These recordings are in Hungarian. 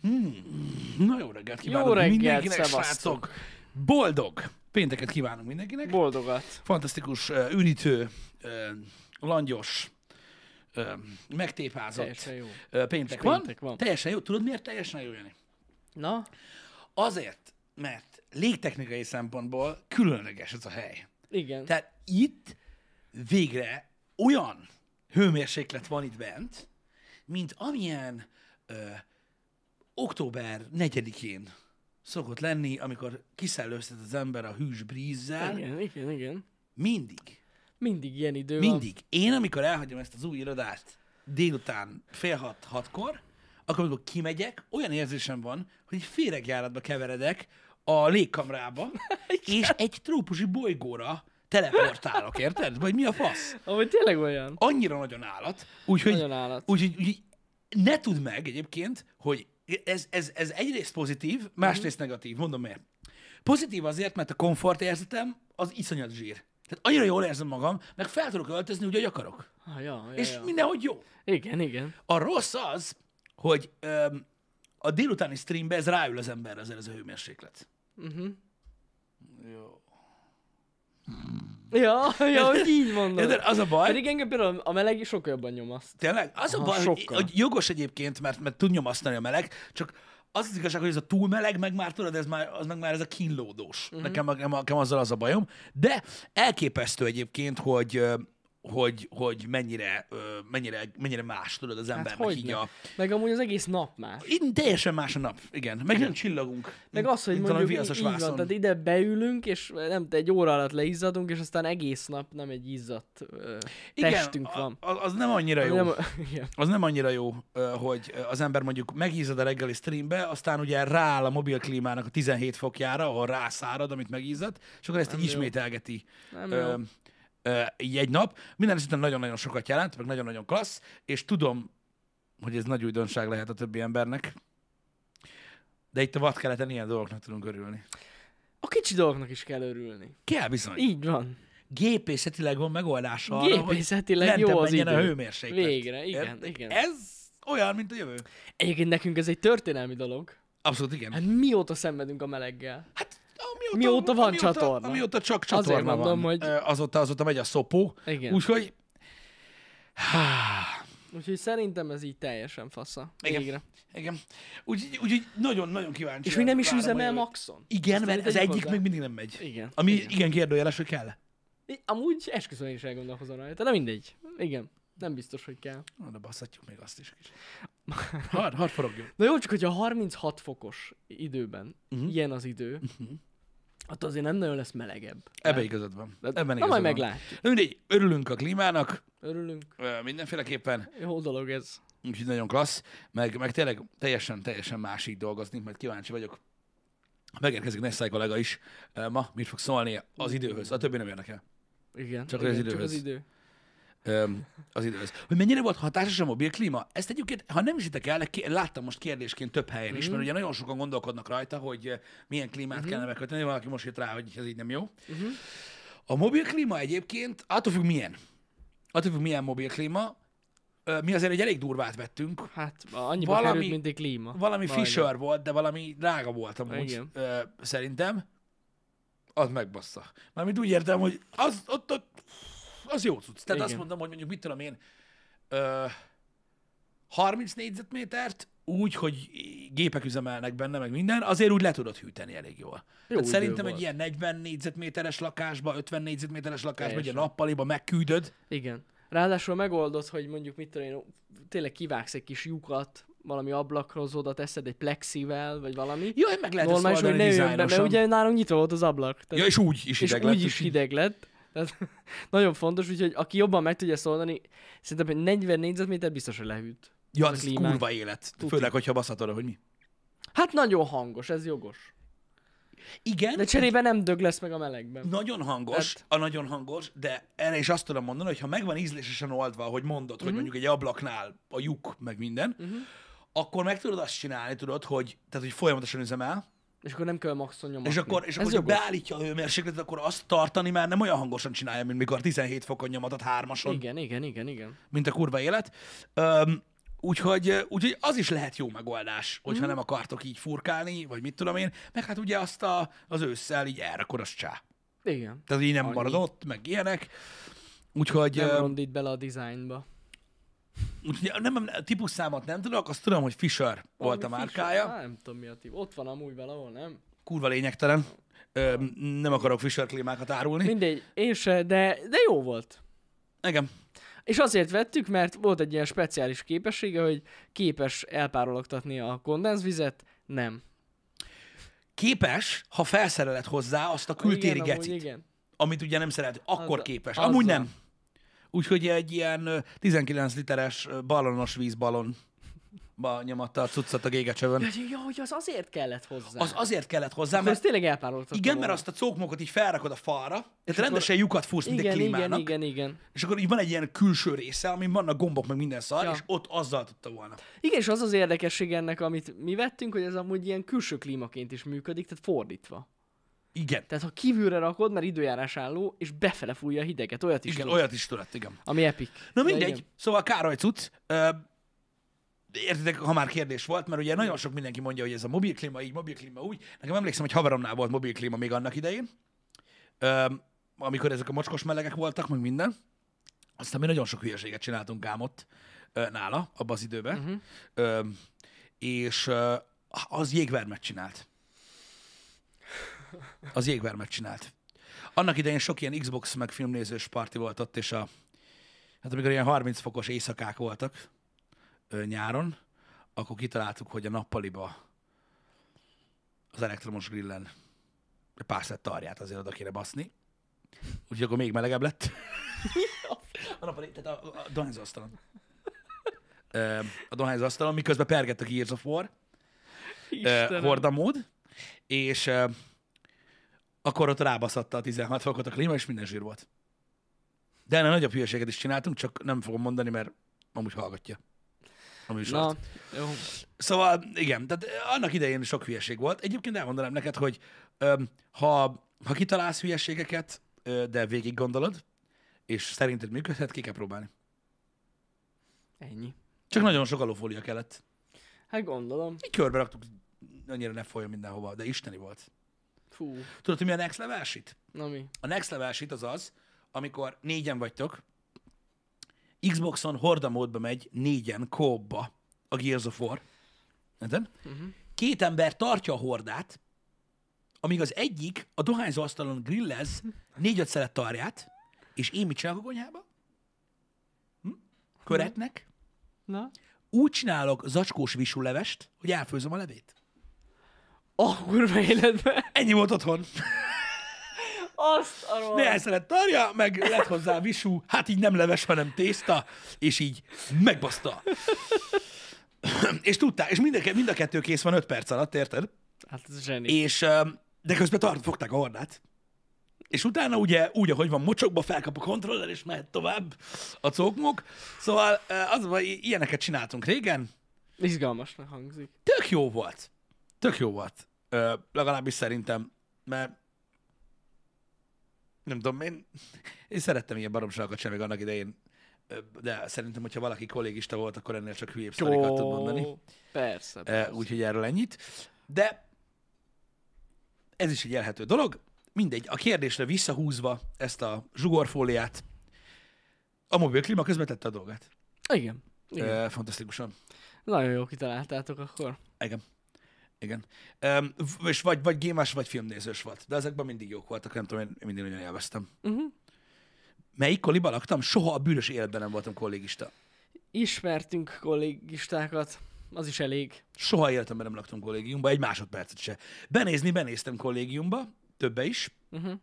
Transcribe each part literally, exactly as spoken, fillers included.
Hmm. Na jó reggelt kívánok Jó reggelt, mindenkinek, szevasztok. srácok! Boldog pénteket kívánunk mindenkinek. Boldogat. Fantasztikus, uh, üdítő, uh, langyos, uh, megtépázott Teljesen jó. uh, péntek, Péntek van. van. Teljesen jó. Tudod miért teljesen jó, Jani? Na? Azért, mert légtechnikai szempontból különleges ez a hely. Igen. Tehát itt végre olyan hőmérséklet van itt bent, mint amilyen ö, október negyedikén szokott lenni, amikor kiszellőztet az ember a hűs brízzel. Igen, igen, igen. Mindig. Mindig ilyen idő Mindig. Én, amikor elhagyom ezt az új irodát délután fél hat, hatkor, akkor amikor kimegyek, olyan érzésem van, hogy egy féregjáratba keveredek a légkamrába, és egy trópusi bolygóra teleportálok, érted? Vagy mi a fasz? van. Ahogy tényleg olyan. Annyira nagyon állat, úgyhogy, Nagyon állat. úgyhogy, úgyhogy ne tudd meg egyébként, hogy ez, ez, ez egyrészt pozitív, másrészt negatív. Mondom miért. Pozitív azért, mert a komfortérzetem az iszonyat zsír. Tehát annyira jól érzem magam, meg fel tudok öltözni úgy, ahogy akarok. Ah, ja, ja, És ja. mindenhogy jó. Igen, igen. A rossz az, hogy öm, a délutáni streambe ez ráül az emberre, azért ez a hőmérséklet. Uh-huh. Jó. Ja, ja, hogy így mondod. De az a baj, Pedig engem például a meleg sokkal jobban nyomaszt. tényleg, az a Aha, baj, hogy, sokkal. hogy jogos egyébként, mert, mert tud nyomasztani a meleg, csak az az igazság, hogy ez a túl meleg, meg már tudod, ez már, az meg már ez a kínlódós. Uh-huh. Nekem, nekem, nekem azzal az a bajom. De elképesztő egyébként, hogy, ö, hogy, hogy mennyire, ö, mennyire, mennyire más tudod az embernek Hát így hogyne. a... Meg amúgy az egész nap más. Így teljesen más a nap, igen. Meg nem csillagunk. Meg az, hogy mint valami mondjuk viaszos így, így van, vászon. tehát ide beülünk, és nem egy óra alatt leizzadunk, és aztán egész nap nem egy izzadt ö, testünk igen, van. a- az nem annyira jó. Nem, igen. Az nem annyira jó, ö, hogy az ember mondjuk megízzad a reggeli streambe, aztán ugye rááll a mobilklímának a tizenhét fokjára, ahol rászárad, amit megízzad, és akkor ezt Nem így jó. ismételgeti Nem ö, jó. ö, így egy nap. Minden esetben nagyon-nagyon sokat jelent, meg nagyon-nagyon klassz, és tudom, hogy ez nagy újdonság lehet a többi embernek, de itt a vadkeleten ilyen dolgoknak tudunk örülni. A kicsi dolgoknak is kell örülni. Kell bizony. Így van. Gépészetileg van megoldása arra, hogy Gépészetileg lentebb jó az menjen idő. a hőmérséklet. Végre, igen, Érted? igen. Ez olyan, mint a jövő. Egyébként nekünk ez egy történelmi dolog. Abszolút igen. Hát mióta szenvedünk a meleggel? Hát amióta, Mióta van amióta, csatorna. Amióta csak Azért csatorna mondom, van. hogy- Ö, Azóta, azóta megy a szopó. Igen. Úgyhogy... Úgyhogy szerintem ez így teljesen fasza. Igen. Végre. Igen. Úgyhogy úgy, nagyon-nagyon kíváncsi. És még nem is várom a üzemel jövőt. maxon. Igen, Azt mert az tegyük egyik hozzá. még mindig nem megy. Igen. Ami igen. igen kérdőjeles, hogy kell. I- Amúgy esküszöm én is elgondolkozom rajta, de mindegy. Igen. Nem biztos, hogy kell. Na, de basszatjuk még azt is kicsit. Hadd, hadd forogjon. Na jó, csak hogyha harminchat fokos időben Mhm. ilyen az idő, Mhm. hát azért nem nagyon lesz melegebb. Ebben Nem? igazad van. De- Ebben Na igazad majd van. meglátjuk. Na mindegy, örülünk a klímának, Örülünk. ö, mindenféleképpen. Jó dolog ez. Úgyhogy nagyon klassz, meg, meg tényleg teljesen, teljesen más így dolgozni, majd kíváncsi vagyok. Megérkezik Nessai kollega is ö, ma, mit fog szólni az időhöz, a többi nem érdekel. Igen. Csak igen, az Csak időhöz. az idő. Öm, az időhöz. Hogy mennyire volt hatásos a mobil klíma? Ezt egyébként, ha nem is hittek el, ké- láttam most kérdésként több helyen is, Mhm. mert ugye nagyon sokan gondolkodnak rajta, hogy ö, milyen klímát Mhm. kellene megkötni, valaki most jött rá, hogy ez így nem jó. Uh-huh. A mobil klíma egyébként, attól függ milyen. Attól függ milyen mobil klíma. Ö, Mi azért egy elég durvát vettünk. Hát annyiba Valami- került, mint egy klíma. Valami Majdnem. Fisher volt, de valami drága volt amúgy, Igen. ö, szerintem. Az megbassza. Mármint úgy értem, hogy az, ott, ott, az jó cucc. Tehát Igen. azt mondom, hogy mondjuk mit tudom én, ö, harminc négyzetmétert úgy, hogy gépek üzemelnek benne, meg minden, azért úgy le tudod hűteni elég jól. Jó Tehát idő szerintem volt. egy ilyen negyven négyzetméteres lakásba, ötven négyzetméteres lakásba, egy Teljesen. nappaliba megküldöd. Igen. Ráadásul megoldod, hogy mondjuk mit tudom én, tényleg kivágsz egy kis lyukat, valami ablakhoz oda teszed egy plexivel, vagy valami. Jó, meg lehet ezt Normális, hogy oldani ne jöjjön be, mert dizájnosan. ugye nálunk nyitva volt az ablak. Tehát, Ja, és úgy is és hideg úgy lett, is így- hideg lett. Tehát nagyon fontos, úgyhogy aki jobban meg tudja szólni, szerintem egy negyven négyzetméter biztos, hogy lehűt. Ja, a ez klímák. kurva élet. Tuti. Főleg, hogyha baszhatod, hogy mi. Hát nagyon hangos, ez jogos. Igen, De cserébe nem dög lesz meg a melegben. nagyon hangos, Hát- a nagyon hangos, de erre is azt tudom mondani, hogy ha megvan ízlésesen oldva, hogy mondod, hogy Mhm. mondjuk egy ablaknál a lyuk, meg minden, Uh-huh. akkor meg tudod azt csinálni, tudod, hogy, tehát, hogy folyamatosan üzemel, És akkor nem kell maxon nyomatni. és akkor, és Ez akkor hogyha jogos. beállítja a hőmérsékletet, akkor azt tartani már nem olyan hangosan csinálja, mint mikor tizenhét fokon nyomatod hármason, Igen, igen, igen, igen. mint a kurva élet. Öm, Úgyhogy, úgyhogy az is lehet jó megoldás, hogyha Mhm. nem akartok így furkálni, vagy mit tudom én, meg hát ugye azt a, az ősszel így elrakod, az csá. Igen. Tehát így nem Annyi. marad ott, meg ilyenek. Úgyhogy, Nem ö, rondít bele a dizájnba. úgyhogy nem, nem, típusszámot nem tudok, azt tudom, hogy Fisher volt a Valami márkája. Fisher? Á, nem tudom mi a típ. Ott van amúgy valahol, nem? Kurva lényegtelen. Ö, nem akarok Fisher klímákat árulni. Mindegy, én se, de, de jó volt. Igen. És azért vettük, mert volt egy ilyen speciális képessége, hogy képes elpárologtatni a kondenzvizet. Nem. Képes, ha felszereled hozzá azt a kültéri Igen, amúgy gecit, igen. amit ugye nem szeret, akkor Azzal- képes. azzal. Amúgy nem. Úgyhogy egy ilyen ö, tizenkilenc literes ö, ballonos vízballonba nyomatta a cuccot a gégecsövön. Ja, ja, hogy az azért kellett hozzá. Az azért kellett hozzá, Akkor ez mert tényleg elpárologtatni. igen, mert azt a cókmokot így felrakod a falra, tehát rendesen lyukat fúrsz, mint egy Igen, igen, klímának, igen, igen. és akkor így van egy ilyen külső része, amin vannak gombok, meg minden szar, Ja. és ott azzal tudta volna. Igen, és az az érdekesség ennek, amit mi vettünk, hogy ez amúgy ilyen külső klímaként is működik, tehát fordítva. Igen. Tehát ha kívülre rakod, mert időjárás álló, és befele fújja a hideget, olyat is Igen, tud. olyat is tudott, igen. Ami epic. Na De mindegy, igen. szóval Károly cucc, ö, értitek, ha már kérdés volt, mert ugye nagyon sok mindenki mondja, hogy ez a mobilklíma így, mobilklíma úgy. Nekem emlékszem, hogy haveromnál volt mobilklíma még annak idején, ö, amikor ezek a mocskos melegek voltak, meg minden. Aztán mi nagyon sok hülyeséget csináltunk ám ott ö, nála, abban az időben. Mhm. Ö, és ö, az jégvermet csinált. Az jégvermet csinált. Annak idején sok ilyen Xbox meg filmnézős parti volt ott, és a, hát amikor ilyen harminc fokos éjszakák voltak ö, nyáron, akkor kitaláltuk, hogy a nappaliba az elektromos grillen egy pár szett tarját azért oda kéne baszni. Úgyhogy akkor még melegebb lett. A nappali, tehát a, a dohányzó asztalon. Ö, A dohányzó asztalon, miközben pergett a Gears of War ö, Istenem. hordamód, és ö, akkor ott rábaszatta a tizenhat fokot a klíma, és minden zsír volt. De ennél nagyobb hülyeséget is csináltunk, csak nem fogom mondani, mert amúgy hallgatja a műsort. Na, jó. Szóval igen, tehát annak idején sok hülyeség volt. Egyébként elmondanám neked, hogy öm, ha, ha kitalálsz hülyeségeket, ö, de végig gondolod, és szerinted működhet, ki kell próbálni. Ennyi. Csak nagyon sok alufólia kellett. Hát gondolom. Így körbe raktuk, annyira ne folyjon mindenhova, de isteni volt. Fú, Tudod, hogy mi a next level shit? na mi? A next level shit az az, amikor négyen vagytok, Xboxon horda módba megy négyen co-opba a Gears of War. Érted? Uh-huh. Két ember tartja a hordát, amíg az egyik a dohányzó asztalon grillez négy-öt szelet tarját, és én mit csinálok a konyhába? Hm? Köretnek. Na? Úgy csinálok zacskós visúlevest, hogy elfőzöm a levét. A kurva életben. Ennyi volt otthon. Azt a rohadt. Néhány szelet tarja, meg lett hozzá visú, hát így nem leves, hanem tészta, és így megbaszta. És tudták, és mind a, mind a kettő kész van öt perc alatt, érted? Hát ez zseni. És, öm, de közben tart, fogták a hordát. És utána ugye úgy, ahogy van mocsokba, felkap a kontroller, és mehet tovább a cókmok. Szóval az, hogy ilyeneket csináltunk régen, Izgalmasnak hangzik. tök jó volt. Tök jó volt. Ö, legalábbis szerintem, mert nem tudom, én, én szerettem ilyen baromságokat sem még annak idején, Ö, de szerintem, hogyha valaki kollégista volt, akkor ennél csak hülyébb sztorikat tud mondani. Persze, Ö, persze. Úgyhogy erről ennyit. De ez is egy elhető dolog. Mindegy, a kérdésre visszahúzva ezt a zsugorfóliát, a mobil klíma közben tette a dolgát. Igen. Igen. Ö, fantasztikusan. Nagyon jó kitaláltátok akkor. Igen. Igen. Um, és vagy, vagy gémás, vagy filmnézős volt. De ezekben mindig jók voltak, nem tudom, én mindig nagyon élveztem. Uh-huh. Melyik kolliba laktam? Soha a bűnös életben nem voltam kollégista. Ismertünk kollégistákat. Az is elég. Soha életemben nem laktam kollégiumba, egy másodpercet se. Benézni, benéztem kollégiumba, többe is. Uh-huh.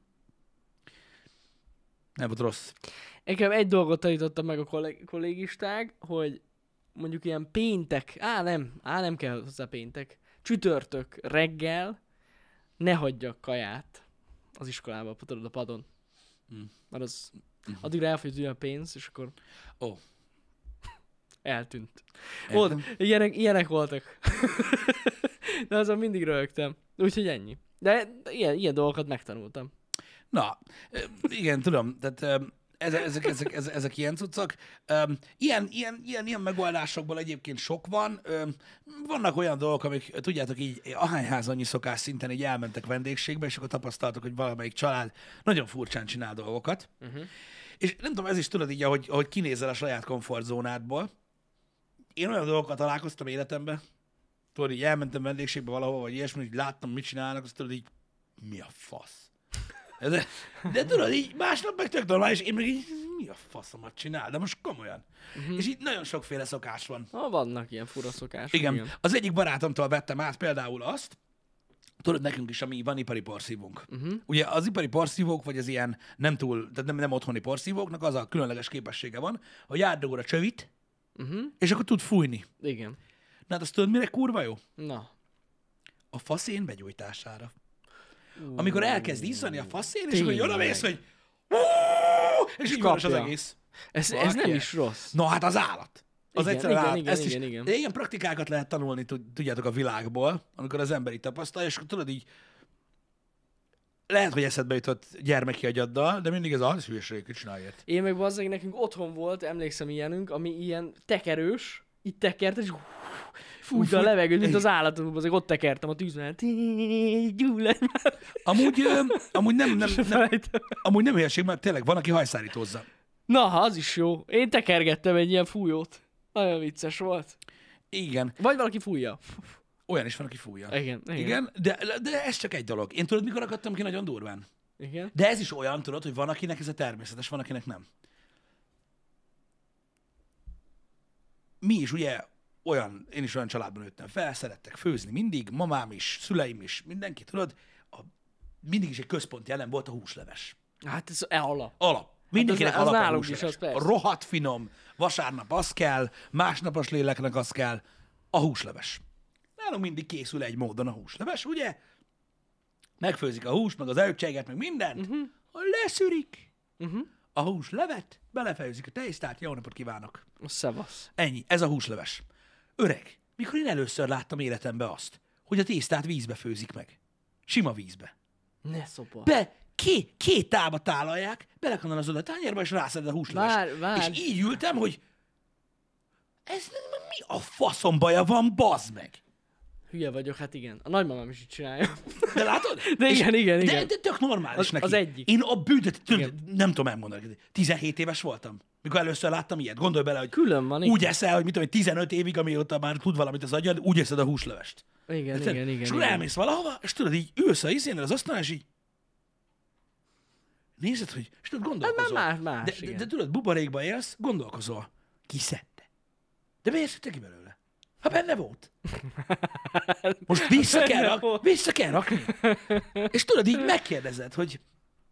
Nem volt rossz. Nekem egy dolgot tanítottam meg a kollég- kollégisták, hogy mondjuk ilyen péntek, á nem, á nem kell hozzá péntek, csütörtök reggel ne hagyjak kaját az iskolába, tudod, a padon. Mm. Mert az addigra elfogyott ugye a pénz, és akkor Ó. eltűnt. Értem. Volt, ilyenek, ilyenek voltak. De azon mindig röhögtem. Úgyhogy ennyi. De ilyen, ilyen dolgokat megtanultam. Na, ö, igen, tudom. Tehát ö, ezek, ezek, ezek, ezek, ezek ilyen cuccok. Um, ilyen, ilyen, ilyen, ilyen megoldásokból egyébként sok van. Um, vannak olyan dolgok, amik, tudjátok, így ahányház annyi szokás szinten így elmentek vendégségbe, és akkor tapasztaltok, hogy valamelyik család nagyon furcsán csinál dolgokat. Uh-huh. És nem tudom, ez is tudod így, ahogy, ahogy kinézel a saját komfortzónádból. Én olyan dolgokat találkoztam életemben, tudod, így elmentem vendégségbe valahol, vagy ilyesmi, hogy láttam, mit csinálnak, azt tudod így, mi a fasz? De, de tudod, így másnap meg tök normális, én meg így, mi a faszomat csinál, de most komolyan. Uh-huh. És így nagyon sokféle szokás van. Ha, vannak ilyen fura szokások. Igen. igen. Az egyik barátomtól vettem át például azt, tudod, nekünk is, ami van ipari porszívónk. Uh-huh. Ugye az ipari porszívók, vagy az ilyen nem túl, tehát nem, nem otthoni porszívóknak az a különleges képessége van, hogy átdugod a csövit, uh-huh. és akkor tud fújni. Igen. Na hát azt tudod, mire kurva jó? Na. A faszén begyújtására. Amikor elkezd izzani a faszén, és akkor oda mész, hogy és így van az egész. Ez, ez nem is rossz. No hát az állat. Az igen, egyszerűen igen, állat. igen, Ezt igen, is, igen. Ilyen praktikákat lehet tanulni, tudjátok, a világból, amikor az ember így tapasztalja, és tudod így, lehet, hogy eszedbe jutott gyermeki agyaddal, de mindig ez az hülyeségeket csinálják. Én meg bazzeg, nekünk otthon volt, emlékszem ilyenünk, ami ilyen tekerős, itt tekert, és fújta a levegőt, mint az állatok, azért ott tekertem a tűzben. Amúgy, ö, amúgy nem, nem, nem, amúgy nem hülyeség, mert tényleg van, aki hajszárítózza. Na, az is jó. Én tekergettem egy ilyen fújót. Nagyon vicces volt. Igen. Vagy valaki fújja. Olyan is van, aki fújja. Igen. Igen, igen de, de ez csak egy dolog. Én tudod, mikor akadtam ki nagyon durván? Igen. De ez is olyan, tudod, hogy van, akinek ez a természetes, van, akinek nem. Mi is ugye olyan, én is olyan családban nőttem fel, szerettek főzni mindig, mamám is, szüleim is, mindenki, tudod, a, mindig is egy központi elem volt a húsleves. Hát ez alap. Alap. Mindenkinek hát az, alap az a is, az húsleves. A rohadt finom, vasárnap az kell, másnapos léleknek az kell, a húsleves. Nálunk mindig készül egy módon a húsleves, ugye? Megfőzik a húst, meg az elcseiget, meg mindent, uh-huh. leszűrik uh-huh. a húslevet, belefejőzik a tésztát, jó napot kívánok. A szevasz. Ennyi, ez a húsleves. Öreg, mikor én először láttam életemben azt, hogy a tésztát vízbe főzik meg. Sima vízbe. Ne szopa. Be, két, két tálba tálalják, belekanalazod a tányérba, és rászed a húslevest. Vár, vár. És így ültem, hogy ez mi a faszom baja van, bazd meg? Hülye vagyok, hát igen. A nagymamám is így csinálja. De látod? De igen, igen, de, igen. De tök normális az, neki. Az egyik. Én a bűntet, nem tudom elmondani, tizenhét éves voltam, mikor először láttam ilyet. Gondolj bele, hogy külön van, úgy eszel, hogy mit tudom, tizenöt évig, amióta már tud valamit az agyad, úgy eszed a húslevest. Igen, de, igen, igen. És akkor igen. elmész valahova, és tudod, így ülsz a izénél az asztalon, és így nézed, hogy, és tudod, gondolkozol. Hát már más, más, de, de, de tudod, buborékban élsz, gondolkozol. Ki szedte? De miért szedte ki belőle? Ha benne volt. Most vissza kell, rak, vissza kell rakni. És tudod, így megkérdezed, hogy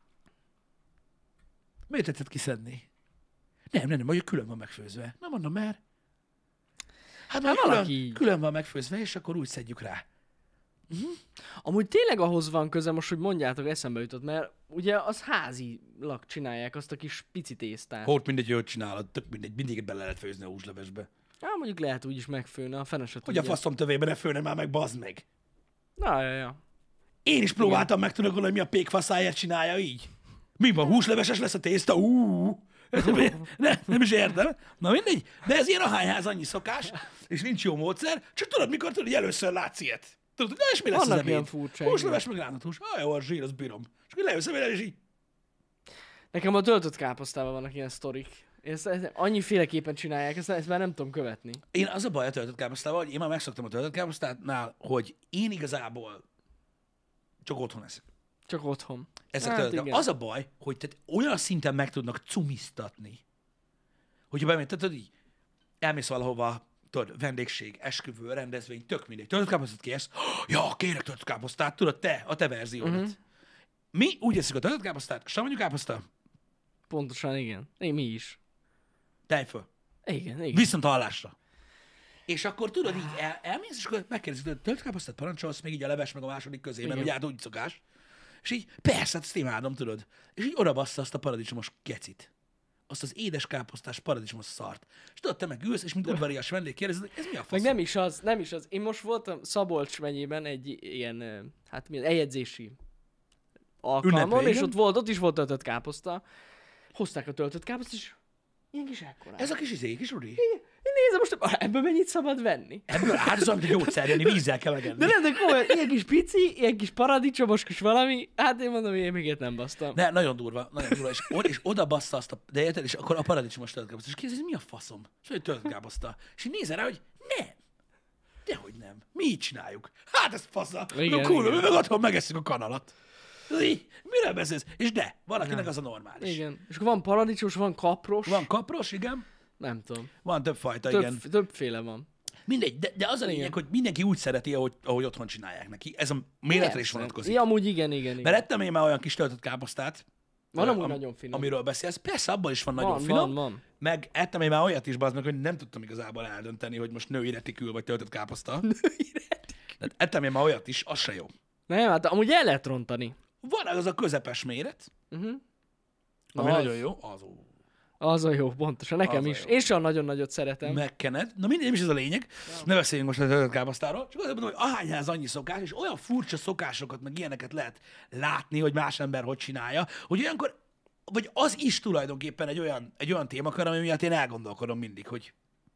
miért tetted kiszedni? Nem, nem, nem, hogy külön van megfőzve. Nem mondom, mert hát már külön, valaki... külön van megfőzve, és akkor úgy szedjük rá. Uh-huh. Amúgy tényleg ahhoz van köze most, hogy mondjátok, eszembe jutott, mert ugye az házilag csinálják azt a kis pici tésztát. Hót mindegy, hogy csinálod, tök mindegy, mindig bele lehet főzni a húslevesbe. Ja, mondjuk lehet úgy is megfőni, a fene se Hogy tudja. a faszom tövében ne főne már meg, bazd meg. Na, ja, ja. Én is próbáltam megtudni, hogy mi a pékfaszáját csinálja így. Mi van, húsleveses lesz a tészta? Úúúú. Ne, nem is értem. Na mindegy, de ez ilyen ahányház annyi szokás, és nincs jó módszer, csak tudod, mikor tudod, hogy először látsz ilyet. Tudod, hogy és mi lesz vannak az ilyen ebéd? furcsáink. Húsleves meg rántott hús. Ah, jó, a zsír, az bírom. És akkor lejössz ebédel, és így. Nekem a töltött káposztával vannak ilyen sztorik. Ezt, ezt annyiféleképpen csinálják, ezt, ezt már nem tudom követni. Én az a baj a töltött káposztával, hogy én már megszoktam a töltött káposztátnál, hogy én igazából csak otthon eszek. Csak otthon. Ezek Hát töltött. Az a baj, hogy tehát olyan szinten meg tudnak cumiztatni, hogyha bemész, tehát így elmész valahova, tudod, vendégség, esküvő, rendezvény, tök mindegy. Töltött káposztát kérsz, ja, kérek töltött káposztát, tudod, te, a te verziódat. Uh-huh. Mi úgy eszünk a töltött káposztát, savanyú káposzta? Pontosan, igen. Én mi is. Tejföl. Igen, igen. Viszont hallásra. És akkor tudod, így el, elmész, és akkor megkérdezik, hogy töltött káposztát parancsolsz, még így a leves meg a második közében, ugye hát úgy szokás. És így, persze, hát ezt imádom, tudod. És így oda bassza azt a paradicsomos kecit. Azt az édes káposztás paradicsomos szart. És tudod, te meg ülsz, és mint udvarias vendég kérdezed, hogy ez mi a fasz? Meg nem is az, nem is az. Én most voltam Szabolcs megyében egy ilyen, hát milyen eljegyzési alkalmon, Ünnepre, és igen? ott volt, ott is volt töltött káposzta. hozták a töltött káposztát, és ilyen kis ekkorát. Ez a kis izé, kis Rudi. Én nézem most, ebből mennyit szabad venni? Ebből áldozom, hogy gyógyszerjeni, vízzel kell megenni. De nem, de komolyan, ilyen kis pici, ilyen kis paradicsomos kis valami, hát én mondom, hogy én még ilyet nem basztam. Ne, nagyon durva, nagyon durva. És, o- és oda bassza azt a, de érted, és akkor a paradicsomos töltkáposzta. És kérdezi, mi a faszom? És hogy töltkáposzta. És így nézel rá, hogy nem. Dehogy nem. Mi így csináljuk. Hát ez fasza. Igen, No, cool, igen. mi meg otthon megesszük a kanalat. Í, mire beszélsz? És de, valakinek az a normális. Igen. És akkor van paradicsomos, van kapros. Van kapros, igen. Nem tudom. Van több fajta, Több, igen. többféle van. Mindegy, de, de az a lényeg, Igen. hogy mindenki úgy szereti, ahogy, ahogy otthon csinálják neki. Ez a méretre is Persze. vonatkozik. Ja, amúgy igen, igen, igen. Mert ettem én már olyan kis töltött káposztát, Van ö, amúgy am- nagyon finom. amiről beszélsz. Persze, abban is van nagyon Van, finom. van, van. Meg ettem én már olyat is, bazd meg, hogy nem tudtam igazából eldönteni, hogy most női retikül vagy töltött káposzta. Tehát ettem én már olyat is, az se jó. Nem, hát amúgy el lehet rontani. Van az a közepes méret, Uh-huh. ami Az. nagyon jó. Az ó. Az a jó, pontosan. Nekem Az a is. jó. Én sem nagyon-nagyot szeretem. Megkened. Na mindegy, nem is ez a lényeg. Ne beszéljünk most a töltött káposztáról. Csak azt mondom, hogy ahányház annyi szokás, és olyan furcsa szokásokat, meg ilyeneket lehet látni, hogy más ember hogy csinálja, hogy olyankor, vagy az is tulajdonképpen egy olyan, egy olyan témakör, ami miatt én elgondolkodom mindig, hogy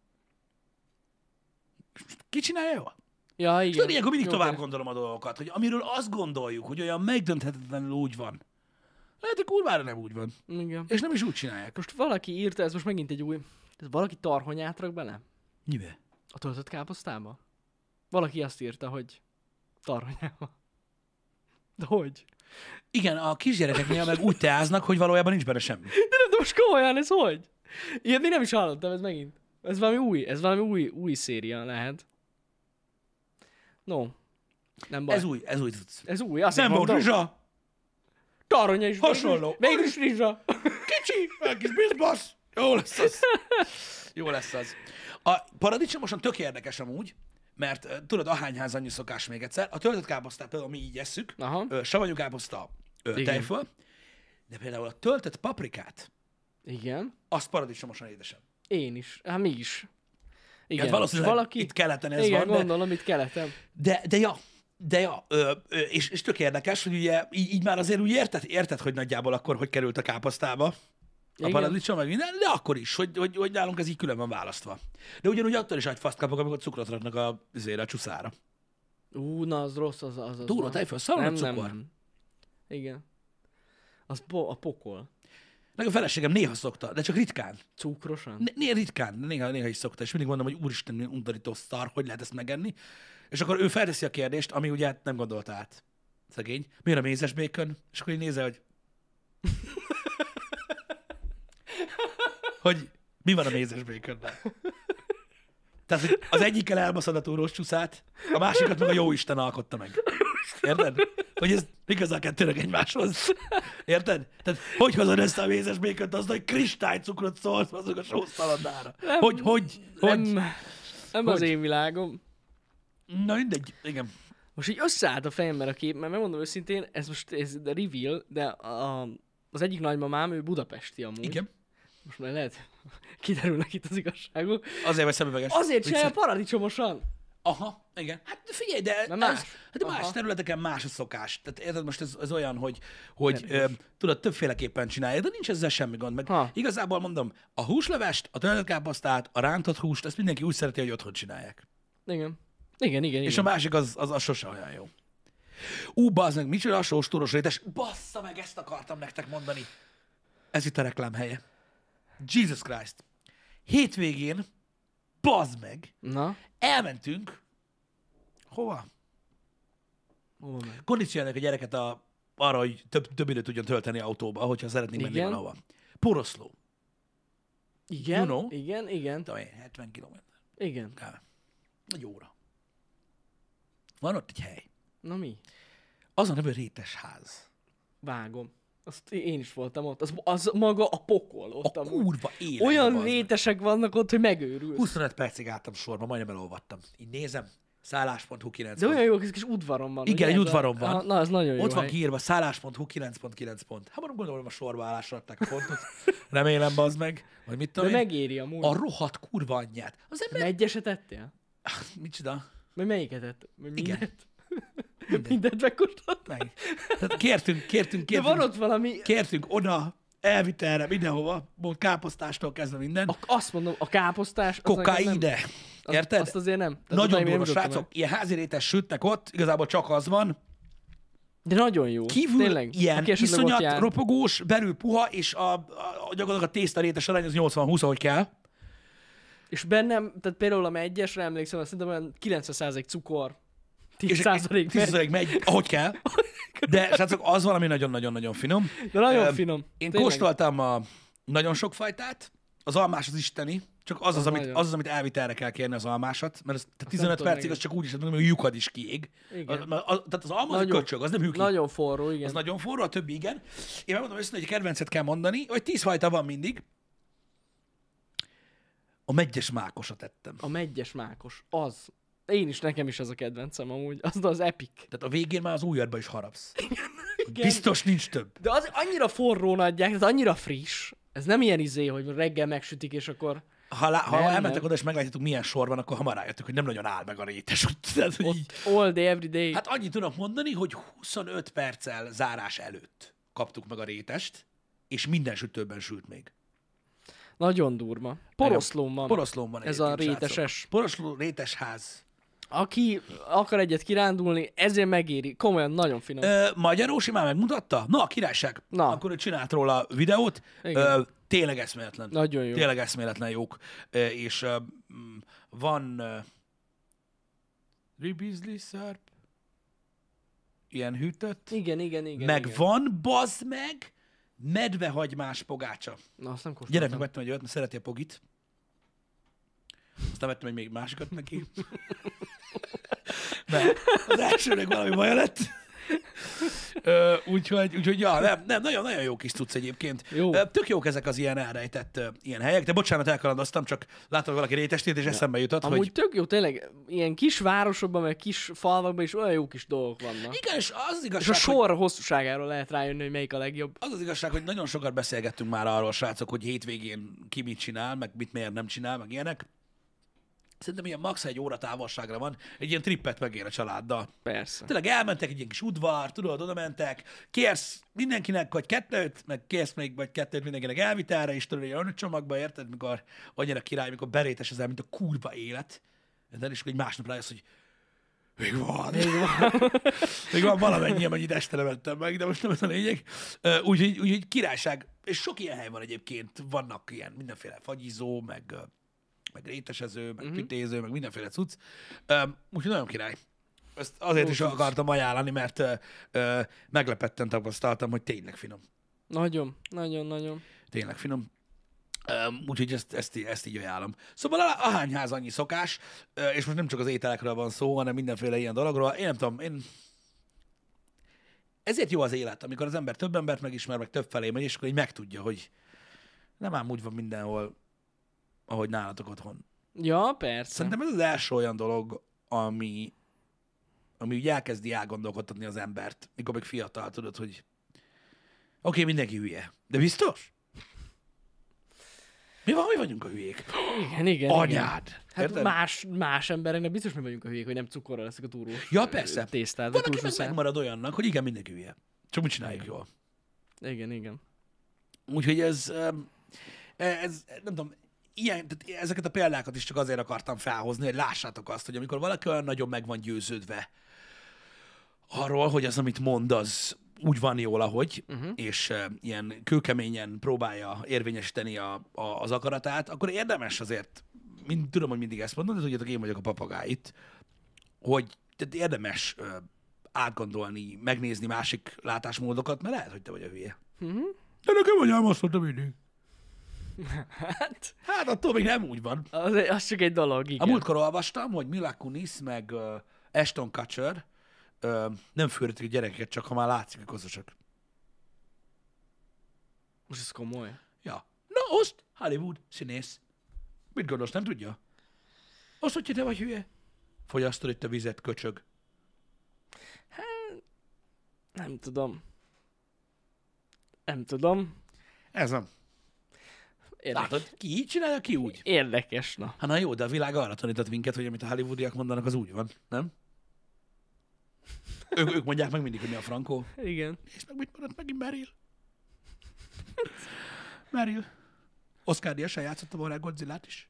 ki csinálja jól? Ja, igen. És tudod, ilyenkor mindig Jó, tovább de- gondolom a dolgokat, hogy amiről azt gondoljuk, hogy olyan megdönthetetlenül úgy van. Lehet, hogy kurvára nem úgy van. Igen. És nem is úgy csinálják. Most valaki írta, ez most megint egy új... Ez valaki tarhonyát rak bele? Mibe? A töltött káposztába? Valaki azt írta, hogy tarhonyába. De hogy? Igen, a kisgyerekeknél meg úgy teáznak, hogy valójában nincs benne semmi. De nem, de most komolyan, ez hogy? Ilyet még nem is hallottam, ez megint. Ez valami új, ez valami új, új széria lehet. No. Nem baj. Ez új, ez új cucc. Ez új, azt Nem volt rizsa, Tarhonya is. Hasonló. Végül is rizsa. kicsi, meg kis bizbasz. Jó lesz az. Jó lesz az. A paradicsomosan tök érdekes amúgy, mert uh, tudod, ahányház annyi szokás még egyszer. A töltött káposztát például mi így esszük, Aha. ö, savanyú káposzta, ö, Igen. tejföl, de például a töltött paprikát, Igen. azt paradicsomosan édesem. Én is. Hát mi is. Igen. Hát valószínűleg Valaki... itt keleten ez Igen, van, de, gondolom, itt keleten. de, de ja, de ja, ö, ö, és, és tök érdekes, hogy ugye így, így már azért úgy érted, érted, hogy nagyjából akkor hogy került a káposztába, a Igen. paradicsom, meg minden, de akkor is, hogy, hogy, hogy nálunk ez így külön van választva. De ugyanúgy attól is agyfaszt kapok, amikor cukrot raknak a, azért a csuszára. Ú, na, az rossz, az az. az Túró, na. tejföl, szalon, nem, cukor. nem, nem. Igen. Az po- a pokol. Meg a feleségem néha szokta, de csak ritkán. Cukrosan? Né- néha ritkán, de néha, néha is szokta, és mindig mondom, hogy úristen, milyen undorító szar, hogy lehet ezt megenni. És akkor ő felteszi a kérdést, ami ugye nem gondolta át. Szegény. Miért a mézes bacon? És akkor így nézel, hogy... hogy mi van a mézes baconnel? Tehát, hogy az egyikkel elbaszod a túrós csúszát, a másikat meg a jó Isten alkotta meg. Érted? Hogy ez igazán kettőnek egymáshoz. Érted? Tehát hogy hozod össze a mézes bacont, az, hogy kristálycukrot szólsz azok a sószaladára? Hogy, hogy, hogy? Nem, nem az Hogy? én világom. Na mindegy, igen. Most így összeállt a fejemben a kép, mert megmondom őszintén, ez most ez a reveal, de a, az egyik nagymamám, ő budapesti amúgy. Igen. Most már lehet, kiderülnek itt az igazságok. Azért vagy szemüveges. Azért Viccet. csinálja paradicsomosan. Aha, igen. Hát figyelj, de, Na más. más. Ez, hát más Aha. területeken más a szokás. Tehát érted, most ez, ez olyan, hogy, hogy ö, tudod, többféleképpen csinálja, de nincs ezzel semmi gond. Meg Ha. igazából mondom, a húslevest, a töltött káposztát, a rántott húst, ezt mindenki úgy szereti, hogy otthon csinálják. Igen. Igen, igen, És a igen. másik az, az, az sose olyan jó. Ú, bazd meg, micsoda a sós túros rétes. Bassza meg, ezt akartam nektek mondani. Ez itt a reklám helye. Jesus Christ. Hétvégén, bazd meg, Na, elmentünk, hova? hol meg? Kondicionálják a gyereket a, arra, hogy több, több időt tudjon tölteni autóba, hogyha szeretnénk menni Igen. valahova. Poroszló. Igen, You know. igen, igen, Tudom én, hetven kilométer. igen. Kb. Egy óra. Van ott egy hely. Na mi? Az a neve rétes ház. Vágom. Azt én is voltam ott. Az, az maga a pokol ott A amúgy. kurva élet. Olyan rétesek vannak ott, hogy megőrülsz. huszonöt percig álltam sorba, majdnem elolvattam. Így nézem, szállás pont hu kilenc. De olyan jó kis kis udvaron van. Igen, ugye? egy Ez a- udvaron van. Ah, na, az nagyon jó Ott van hely. kiírva szállás pont hu kilenc pont kilenc pont. Hát mondom, gondolom, a sorba állásra adták a pontot. Remélem, bazd meg. Vagy mit De tudom én. megéri amúgy. A rohadt kurva anyját. Az ember... Megyeset ettél? Micsoda? Vagy melyiket ett? Vagy Igen. mindent? Mindent megkóstoltál? Meg. Tehát kértünk, kértünk, De kértünk, van ott valami... kértünk oda, elvitte erre mindenhova, volt káposztástól kezdve minden. A, azt mondom, a káposztás... az nekem nem- Kokaide. az- Érted? Azt azért nem. Tehát Nagyon odáig még durva, nem jutottam srácok. Ilyen házirétes sütnek ott, igazából csak az van. el. De nagyon jó. Kívül Tényleg. ilyen Aki esetleg ott iszonyat jár. ropogós, belül puha, és a, a, a gyakorlatilag a tésztarétes arány az nyolcvan húsz, ahogy kell. És bennem, tehát például a egyesre emlékszem, azt szerintem olyan kilencven százalék cukor, tíz százalék tíz százalék megy, ahogy kell. De srácok, az valami nagyon-nagyon-nagyon finom. De nagyon Ö, finom. Én Tényleg. kóstoltam a nagyon sok fajtát, az almás az isteni, csak az az, Az amit, nagyon. az, az amit elvitelre kell kérni az almásat, mert az, tehát nem tizenöt tudom percig meg. az csak úgy is, hogy a lyukad is kiég. Igen. A, a, a, tehát az alma az Nagyon- köcsög, az nem hűki. Nagyon forró, igen. Az nagyon forró, a többi igen. Én megmondom őszintén, hogy a kedvencet kell mondani, hogy tíz fajta van mindig. A meggyes mákosat ettem. A meggyes mákos, az. Én is, nekem is az a kedvencem amúgy. Az az epic. Tehát a végén már az ujjadba is harapsz. Igen. Biztos nincs több. De az annyira forrón adják, tehát annyira friss. Ez nem ilyen izé, hogy reggel megsütik, és akkor... Ha, lá, ha Nem, elmentek nem. oda, és meglátjátok, milyen sor van, akkor hamar rájöttök, hogy nem nagyon áll meg a rétes. Tehát, hogy így- Ott all day, every day. Hát annyit tudok mondani, hogy huszonöt perccel zárás előtt kaptuk meg a rétest, és minden sütőben sült még. Nagyon durva. Poroszlón van. Poroszlón van Ez a egyébként, srácok. réteses. Poroszló rétes ház. Aki akar egyet kirándulni, ezért megéri. Komolyan, nagyon finom. Ö, Magyarósi már megmutatta? Na, királyság. Na. Akkor ő csinált róla videót. Igen. Ö, tényleg eszméletlen. Nagyon jó. Tényleg eszméletlen jók. Ö, és ö, mm, van ö, ribizli szörp, ilyen hűtött, Igen, igen, igen. meg igen. van, bazd meg, medvehagymás pogácsa. Na, azt nem kóstoltam. Gyereknek vettem egy olyat, mert szereti a pogit. Aztán vettem egy még másikat neki. Mert az elsőnek valami baja lett. Ö, úgyhogy, úgyhogy ja, nem, nem, nagyon, nagyon jó kis cucc egyébként. Jó. Ö, Tök jók ezek az ilyen elrejtett ö, ilyen helyek, de bocsánat, elkalandoztam, csak láttam valaki rétestét, és eszembe jutott, Amúgy hogy tök jó, tényleg, ilyen kis városokban, meg kis falvakban is olyan jó kis dolgok vannak. igen, és az az És a igazság, hogy sor hosszúságáról lehet rájönni, hogy melyik a legjobb. az az igazság, hogy nagyon sokat beszélgettünk már arról, srácok, hogy hétvégén ki mit csinál, meg mit miért nem csinál, meg ilyenek. Szerintem ilyen max. Egy óra távolságra van, egy ilyen trippet megér a családdal. Persze. Tényleg elmentek egy ilyen kis udvar, tudod, oda mentek, kérsz mindenkinek vagy kettőt, meg kérsz még vagy kettőt mindenkinek elvitelre, és tudod, egy olyan csomagba, érted, mikor annyira király, mikor berétes ezzel, mint a kurva élet. De és akkor egy másnap rájössz, hogy még van. Még van. Még van valamennyi, amennyit este nem ettem meg, de most nem ez a lényeg. Ö, Úgyhogy, úgyhogy királyság, és sok ilyen hely van egyébként, vannak ilyen mindenféle fagyizó, meg, ö, meg rétesező, meg uh-huh. pitéző, meg mindenféle cucc. Ö, Úgyhogy nagyon király. Ezt azért Jó is cucc. akartam ajánlani, mert ö, ö, meglepetten tapasztaltam, hogy tényleg finom. Nagyon, nagyon, nagyon. Tényleg finom. Um, úgyhogy ezt, ezt, í- ezt így ajánlom. Szóval a, a hányház annyi szokás, ö, és most nem csak az ételekről van szó, hanem mindenféle ilyen dologról. Én nem tudom, én... Ezért jó az élet, amikor az ember több embert megismer, meg több felé megy, és akkor így megtudja, hogy nem ám úgy van mindenhol, ahogy nálatok otthon. Ja, persze. Szerintem ez az első olyan dolog, ami, ami úgy elkezdi elgondolkodtatni az embert, mikor még fiatal, tudod, hogy oké, okay, mindenki hülye, de biztos? Mi van, mi vagyunk a hülyék? Igen, igen. igen. Anyád! Hát Érted? más, más embereknek biztos mi vagyunk a hülyék, hogy nem cukorral leszek a túrós Ja, persze. tésztát, Van, vagy aki meg túlsó szál. megmarad olyannak, hogy igen, mindenki hülye. Csak mit csináljuk jól. Igen, igen. Úgyhogy ez, em, ez, nem tudom, ilyen, tehát ezeket a példákat is csak azért akartam felhozni, hogy lássátok azt, hogy amikor valaki olyan nagyon meg van győződve arról, hogy az, amit mond, az úgy van jól, ahogy, uh-huh. és uh, ilyen kőkeményen próbálja érvényesíteni a, a, az akaratát, akkor érdemes azért, mind, tudom, hogy mindig ezt mondom, de tudjátok, én vagyok a papagáj itt, hogy tehát érdemes uh, átgondolni, megnézni másik látásmódokat, mert lehet, hogy te vagy a hülye. Uh-huh. De nekem vagy ám azt mondtam mindig. Hát, Hát attól még nem úgy van. az, az csak egy dolog, igen. A múltkor olvastam, hogy Mila Kunis meg uh, Ashton Kutcher uh, nem fürdik a gyerekeket, csak ha már látszik, hogy kozosak. Most ez komoly. Ja. Na, azt Hollywood színész. Mit gondolsz, nem tudja? Azt, hogy te vagy hülye? Fogyasztod itt a vizet, köcsög. Nem tudom. Nem tudom. Ez nem. Érdekes. Látod, ki így csinálja, ki úgy. Érdekes, na. Hát na jó, de a világ arra tanított minket, hogy amit a hollywoodiak mondanak, az úgy van, nem? Ők, ők mondják meg mindig, hogy mi a frankó. Igen. És meg mit mondott megint Meryl? Meryl. Oscar díjasan játszotta volna Godzillát is.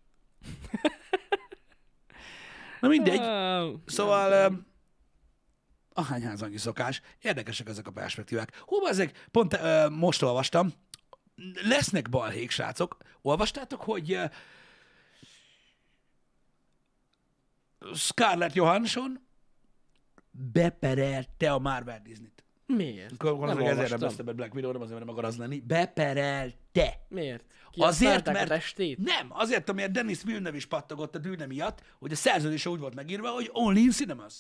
Na mindegy. Ah, Szóval, um, ahány házanyi szokás. Érdekesek ezek a perspektívák. Hú, ezek, pont uh, most olvastam, lesznek balhék, srácok. Olvastátok, hogy uh, Scarlett Johansson beperelte a Marvel Disney-t. Miért? Akkor Nem ezért nem olvastam. lesz többet Black Widow, nem azért, mert nem akar az lenni. Beperelte. Miért? Azért, Kihasználták mert... a testét? Nem, azért, amiért Dennis Villeneuve is pattogott a dűne miatt, hogy a szerződése úgy volt megírva, hogy only in cinemas.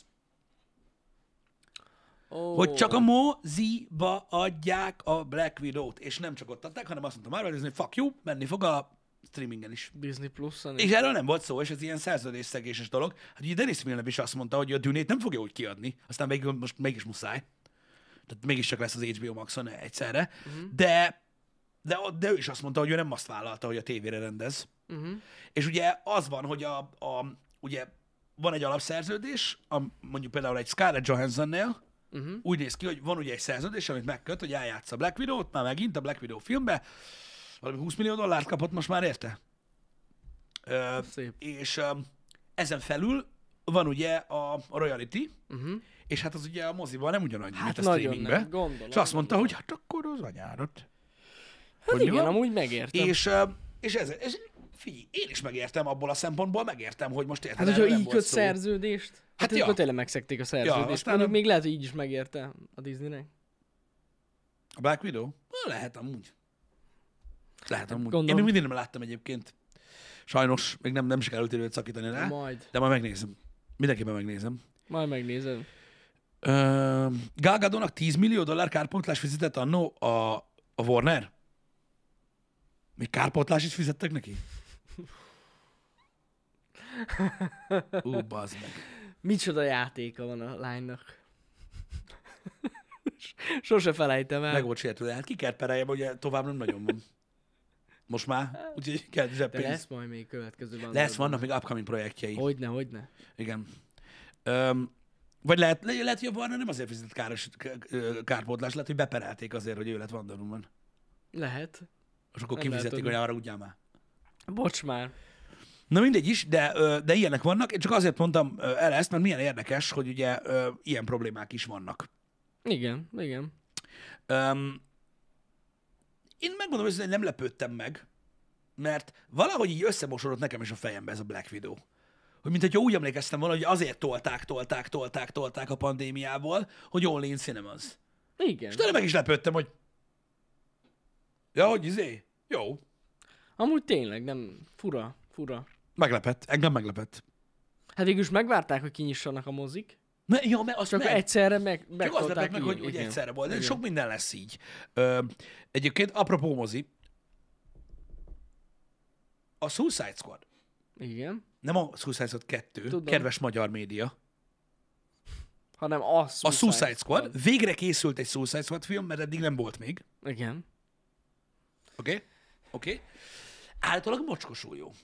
Oh. Hogy csak a moziba adják a Black Widow-t, és nem csak ott adták, hanem azt mondta Marvel Disney, fuck you, menni fog a streamingen is. Disney Plus-on És erről nem volt szó, és ez ilyen szerződésszegéses dolog. Hát ugye Dennis Villeneuve is azt mondta, hogy a dűnét nem fogja úgy kiadni, aztán végül most mégis muszáj. Tehát mégiscsak lesz az há bé o Maxon egyszerre. Uh-huh. De, de, de ő is azt mondta, hogy ő nem azt vállalta, hogy a tévére rendez. Uh-huh. És ugye az van, hogy a, a, ugye van egy alapszerződés, a, mondjuk például egy Scarlett Johanssonnél, uh-huh. úgy néz ki, hogy van ugye egy szerződés, amit megköt, hogy eljátsz a Black Widow-t, már megint a Black Widow filmbe, valami húsz millió dollárt kapott most már érte. Ö, Szép. és ö, ezen felül van ugye a, a royalty, Uh-huh. és hát az ugye a moziban nem ugyanannyi, Hát mint a nagyon streamingbe. nem, gondolom. És azt mondta, hogy hát akkor az anyárat. Hát Hogy igen, van? amúgy megértem. És, ö, és, ez, és figyelj, én is megértem abból a szempontból, megértem, hogy most érted. Hát, hogyha erről nem így volt köt szó. szerződést, hát, Hát hát ja. akkor tényleg megszekték a szerződést. aztán Mondjuk a- még lehet, hogy így is megérte a Disneynek. A Black Widow? Na, lehet amúgy. Lehet amúgy. Gondolom. Én még mindig nem láttam egyébként. Sajnos, még nem, nem sikerült időt szakítani rá, Majd. de majd megnézem. Mindenképpen megnézem. Majd megnézed. Uh, Gal Gadotnak tíz millió dollár kárpótlás fizetett annó a, a Warner? Még kárpótlás is fizettek neki? Ú, bazd meg. Micsoda játéka van a lánynak. Sose felejtem el. Meg volt sértődve. Hát ki kell pereljem, ugye tovább nem nagyon van. Most már, úgyhogy kell De zseppénz. lesz majd még következőben. Lesz, vannak még upcoming projektjei. Hogyne, hogyne. Igen. Öm, vagy lehet, le- lehet, hogy a Warner nem azért fizetett káros, k- ö, kárpótlást, lehet, hogy beperelték azért, hogy ő lett Wonder Woman. Lehet. És akkor Nem lehet kifizették, hogy tudni. arra ugyan már. Bocs már. Na mindegy is, de, ö, de ilyenek vannak. Én csak azért mondtam ö, el ezt, mert milyen érdekes, hogy ugye ö, ilyen problémák is vannak. Igen, igen. Öm, én megmondom, hogy nem lepődtem meg, mert valahogy így összemosodott nekem is a fejembe ez a Black Widow. Hogy mint hogyha úgy emlékeztem volna, hogy azért tolták, tolták, tolták, tolták a pandémiából, hogy only in cinemas. Igen. És tényleg meg is lepődtem, hogy ja, hogy izé, jó. Amúgy tényleg, nem fura, fura. Meglepett, engem meglepett. Hát végül is megvárták, hogy kinyissanak a mozik. Ne, jó, mert azt Csak meg, egyszerre meg, csak az megtolták lepett meg, így, hogy, hogy igen. egyszerre volt. De Igen. sok minden lesz így. Ö, egyébként, apropó mozi, a Suicide Squad, Igen. nem a Suicide Squad kettő, Tudom. kedves magyar média, Hanem a Suicide, a Suicide Squad, végre készült egy Suicide Squad film, mert eddig nem volt még. Igen. Oké? Okay? Oké? Okay? Általában mocskosul jó.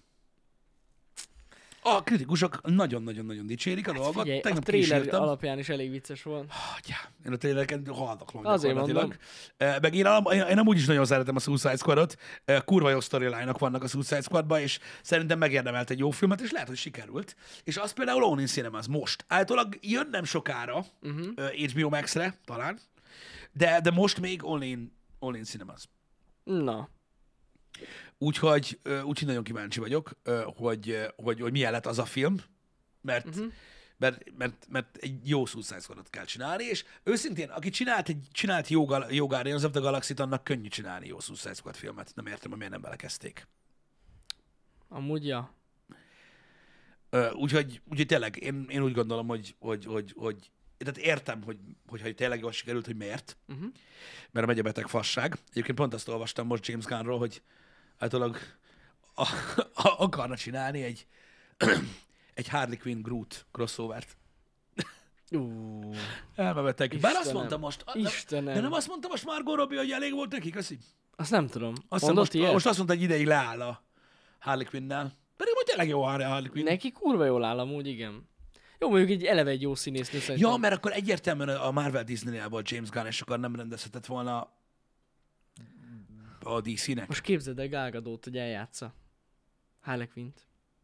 A kritikusok nagyon-nagyon-nagyon dicsérik a dolgot. Hát Figyelj, a Tegnap trailer kísértem. alapján is elég vicces volt. Hagyjá, én a trailereken haldoklom Azért gyakorlatilag. Eh, Meg én, én, én amúgy is nagyon szeretem a Suicide Squadot. Eh, Kurva jó storyline-ok vannak a Suicide Squadban, és szerintem megérdemelt egy jó filmet, és lehet, hogy sikerült. És az például Only in Cinemas most. Általában jön nem sokára uh-huh. há bé o Max-re, talán, de, de most még Only in, Only in Cinemas. Na. Úgyhogy, ö, úgyhogy nagyon kíváncsi vagyok, ö, hogy, ö, hogy, hogy milyen lett az a film, mert, Mhm. uh-huh. mert, mert, mert egy jó Suicide Squadot kell csinálni, és őszintén, aki csinált egy csinált jó, gal, jó Guardians of the Galaxy-t, annak könnyű csinálni jó Suicide Squad filmet. Nem értem, hogy miért nem belekezdték. Amúgy, ja. Ö, úgyhogy, úgyhogy tényleg, én, én úgy gondolom, hogy, hogy, hogy, hogy tehát értem, hogy, hogy, hogy tényleg jól sikerült, hogy miért, Uh-huh. mert a megyebeteg fasság. Egyébként pont azt olvastam most James Gunnról, hogy általában a, a, akarna csinálni egy, egy Harley Quinn Groot crossovert. Uh, Elmebeteg. Bár azt Istenem. mondta most, a- Istenem. de nem azt mondta most Margot Robbie, hogy elég volt neki, köszi? azt nem tudom. Azt hiszem, Mondott most, ilyet? most azt mondta, hogy ideig leáll a Harley Quinn-nel. Pedig hogy tényleg jó a Harley Quinn. Neki kurva jól áll amúgy, igen. Jó, mondjuk egy eleve egy jó színésznő szerintem. Ja, mert akkor egyértelműen a Marvel Disney-nél volt James Gunn, és akkor nem rendezhetett volna a dé cé-nek. Most képzeld el Gal Gadot, hogy eljátsza. Harley Quint.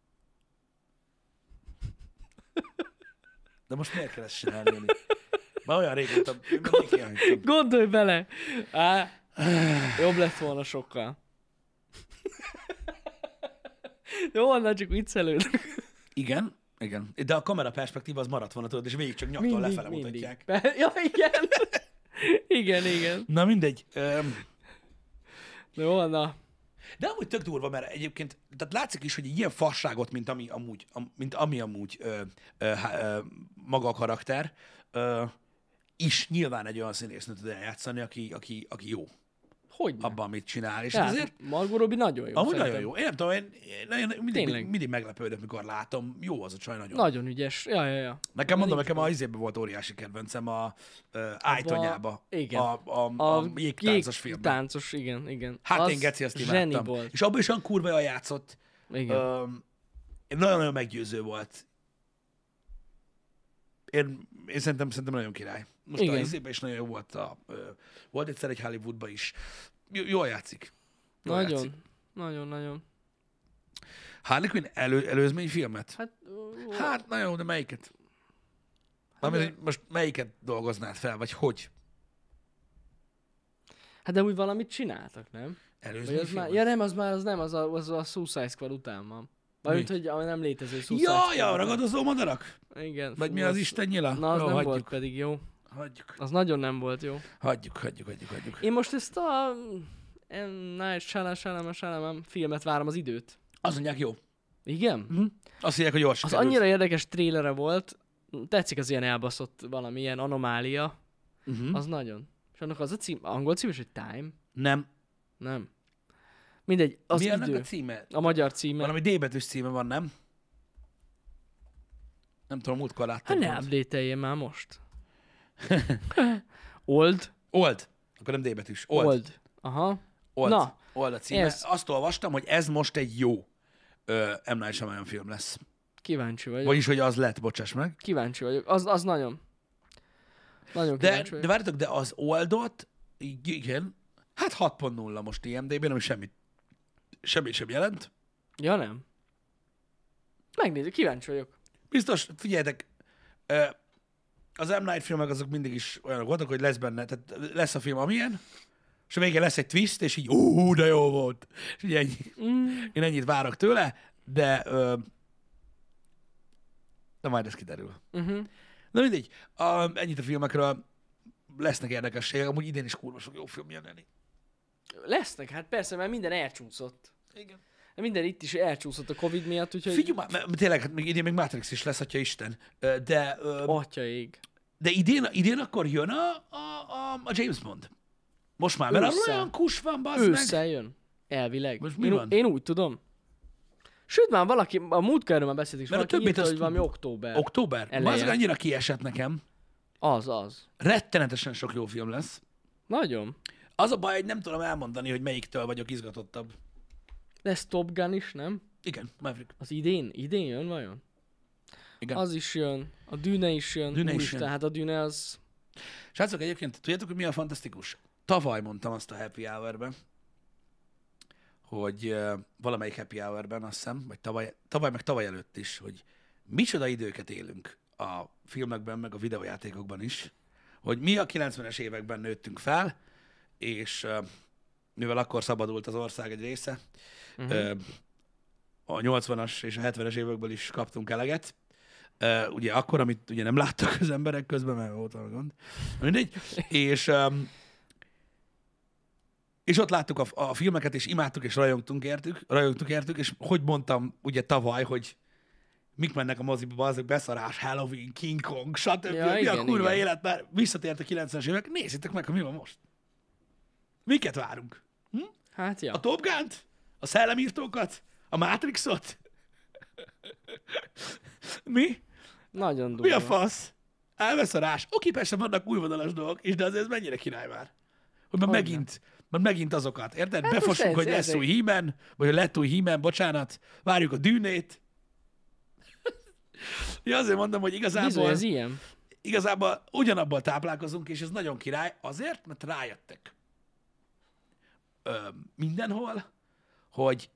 De most miért kell ezt csinálni? Jani? Már olyan régóta, én már még kihagytam. Gondolj bele! Á, jobb lett volna sokkal. Jó, annál csak viccelődök. Igen, igen. De a kamera perspektíva az maradt volna, tudod, és végig csak nyaktól Mindig, lefele mindig. mutatják. Be- Ja, igen. Igen, igen. Na mindegy. Öm, Jó, na. De amúgy tök durva, mert egyébként, tehát látszik is, hogy egy ilyen fasságot, mint ami amúgy, am, mint ami amúgy ö, ö, há- ö, maga a karakter, ö, is nyilván egy olyan színésznő tud eljátszani, aki, aki, aki jó Hogy abban, amit csinál. És Tehát, azért Margot Robbie nagyon jó. amúgy szerintem. nagyon jó. Én nem tudom, én, én nagyon, mindig, Tényleg. mindig, mindig meglepődök, mikor látom. Jó az a csaj, nagyon. Nagyon ügyes. Ja, ja, ja. Nekem mondom, Nincs nekem a izében volt óriási kedvencem a uh, Ájtonyába. igen. A, a, a, a jégtáncos filmben. Táncos, igen, igen. Hát Az én geci, azt zseni imádtam. volt. És abban is olyan kurva jól játszott. Igen. Um, nagyon-nagyon meggyőző volt. Én, én szerintem, szerintem nagyon király. Most Igen. a izében is nagyon jó volt. A, uh, volt egyszer egy Hollywoodban is. J- jól játszik. Jól Nagyon, játszik. nagyon, nagyon. Harley Quinn elő, előzmény filmet? Hát, ö, Hát, na jó, de melyiket? Hát Hát, de- most melyiket dolgoznád fel, vagy hogy? hát de úgy valamit csináltak, nem? Előzmény Vagy az már, filmet? ja nem, az már az nem, az a, az a Suicide Squad után van. Mármint, hogy a nem létező Suicide Ja, Squad ja, után. ragadozó madarak? Igen. Vagy fú, mi az Isten nyila? Na, az Jó, nem hagyjuk. volt pedig jó. Hagyjuk. Az nagyon nem volt jó. Hagyjuk, hagyjuk, hagyjuk, hagyjuk. Én most ezt a M. Night Shyamalan, Shyamalan filmet várom az időt. Azt mondják, jó. Igen? Mhm. Azt mondják, hogy jól Az sikerült. annyira érdekes trélere volt, tetszik az ilyen elbaszott valami, ilyen anomália, Uh-huh. az nagyon. És annak az a cím, angol cím is, hogy Time? Nem. Nem. Mindegy, az Mi idő. annak a címe? A magyar címe. Valami D betűs címe van, nem? Nem tudom, múltkor láttam. Hát ne update-eljél már most. Old? Old. Akkor nem D betűs. Old. Old. Old. Aha. Old. Na, Old a címe. ez- Azt olvastam, hogy ez most egy jó ö, M. Night Shyamalan film lesz. Kíváncsi vagyok. Vagyis, hogy az lett, bocsáss meg. Kíváncsi vagyok. Az, az nagyon. Nagyon De, kíváncsi de vagyok. várjátok, de az Oldot, igen, hát hat pont nulla most I M D B-n, ami semmit, semmit sem jelent. Ja, nem. Megnézzük, kíváncsi vagyok. Biztos, figyeljetek, ö, az M. Night filmek azok mindig is olyanok voltak, hogy lesz benne, tehát lesz a film amilyen, és a végén lesz egy twist, és így, ú, de jó volt. És így ennyi. Mm. Én ennyit várok tőle, de, ö, de majd ez kiderül. Uh-huh. Na mindegy, a, ennyit a filmekről, lesznek érdekességek, amúgy idén is kurva sok jó film jön. Lesznek, hát persze, mert minden elcsúszott. Igen. Minden itt is elcsúszott a Covid miatt, úgyhogy... Figyelj már, mert tényleg, hát még idén még Matrix is lesz, atya Isten, Ö, de, ö, Atyaég. de idén, idén akkor jön a, a, a, a James Bond. Most már, mert arról Ősszel. olyan kus van, bazd meg. Ősszel jön. Elvileg. Most mi én, van? én úgy tudom. Sőt, már valaki, a múltkor erről már beszéltünk, és Mert a valaki többit írta, azt hogy valami tudom. október. Október? Eleje. Az annyira kiesett nekem. Az, az. Rettenetesen sok jó film lesz. Nagyon. Az a baj, hogy nem tudom elmondani, hogy melyiktől vagyok izgatottabb. Lesz Top Gun is, nem? Igen, Maverick. Az idén? Idén jön vajon? Igen. Az is jön. A Dűne is jön. Dűne is Úristen, jön. hát a Dűne az... Srácok, egyébként tudjátok, hogy mi a fantasztikus? Tavaly mondtam azt a Happy Hour-ben, hogy uh, valamelyik Happy Hour-ben, azt hiszem, vagy tavaly, tavaly meg tavaly előtt is, hogy micsoda időket élünk a filmekben, meg a videójátékokban is, hogy mi a kilencvenes években nőttünk fel, és uh, mivel akkor szabadult az ország egy része, uh-huh. uh, a nyolcvanas és a hetvenes évekből is kaptunk eleget. Uh, ugye akkor, amit ugye nem láttak az emberek közben, mert volt valami gond. Mindegy. És, um, és ott láttuk a, a filmeket, és imádtuk, és rajongtunk értük, rajongtuk értük, és hogy mondtam ugye tavaly, hogy mik mennek a moziba, azok beszarás, Halloween, King Kong, stb. Ja, mi a igen, kurva igen. élet, már visszatért a kilencvenes évek, nézzétek meg, hogy mi van most. Miket várunk? Hát ja. A Top Gun-t? A szellemírtókat? A Matrixot? Mi? Nagyon Mi durva. a fasz? Elveszarás. Oké, persze vannak újvonalas dolgok is, de azért ez mennyire király már. Hogy már Hogyne. megint, már megint azokat, érted? Hát most Befosunk, ez- hogy lesz ez új egy- He-Man, vagy hogy lett új He-Man, bocsánat. Várjuk a Dűnét. Ja, azért mondom, hogy Bizony, igazából, ez ilyen. igazából ugyanabból táplálkozunk, és ez nagyon király, azért, mert rájöttek. ö, mindenhol, hogy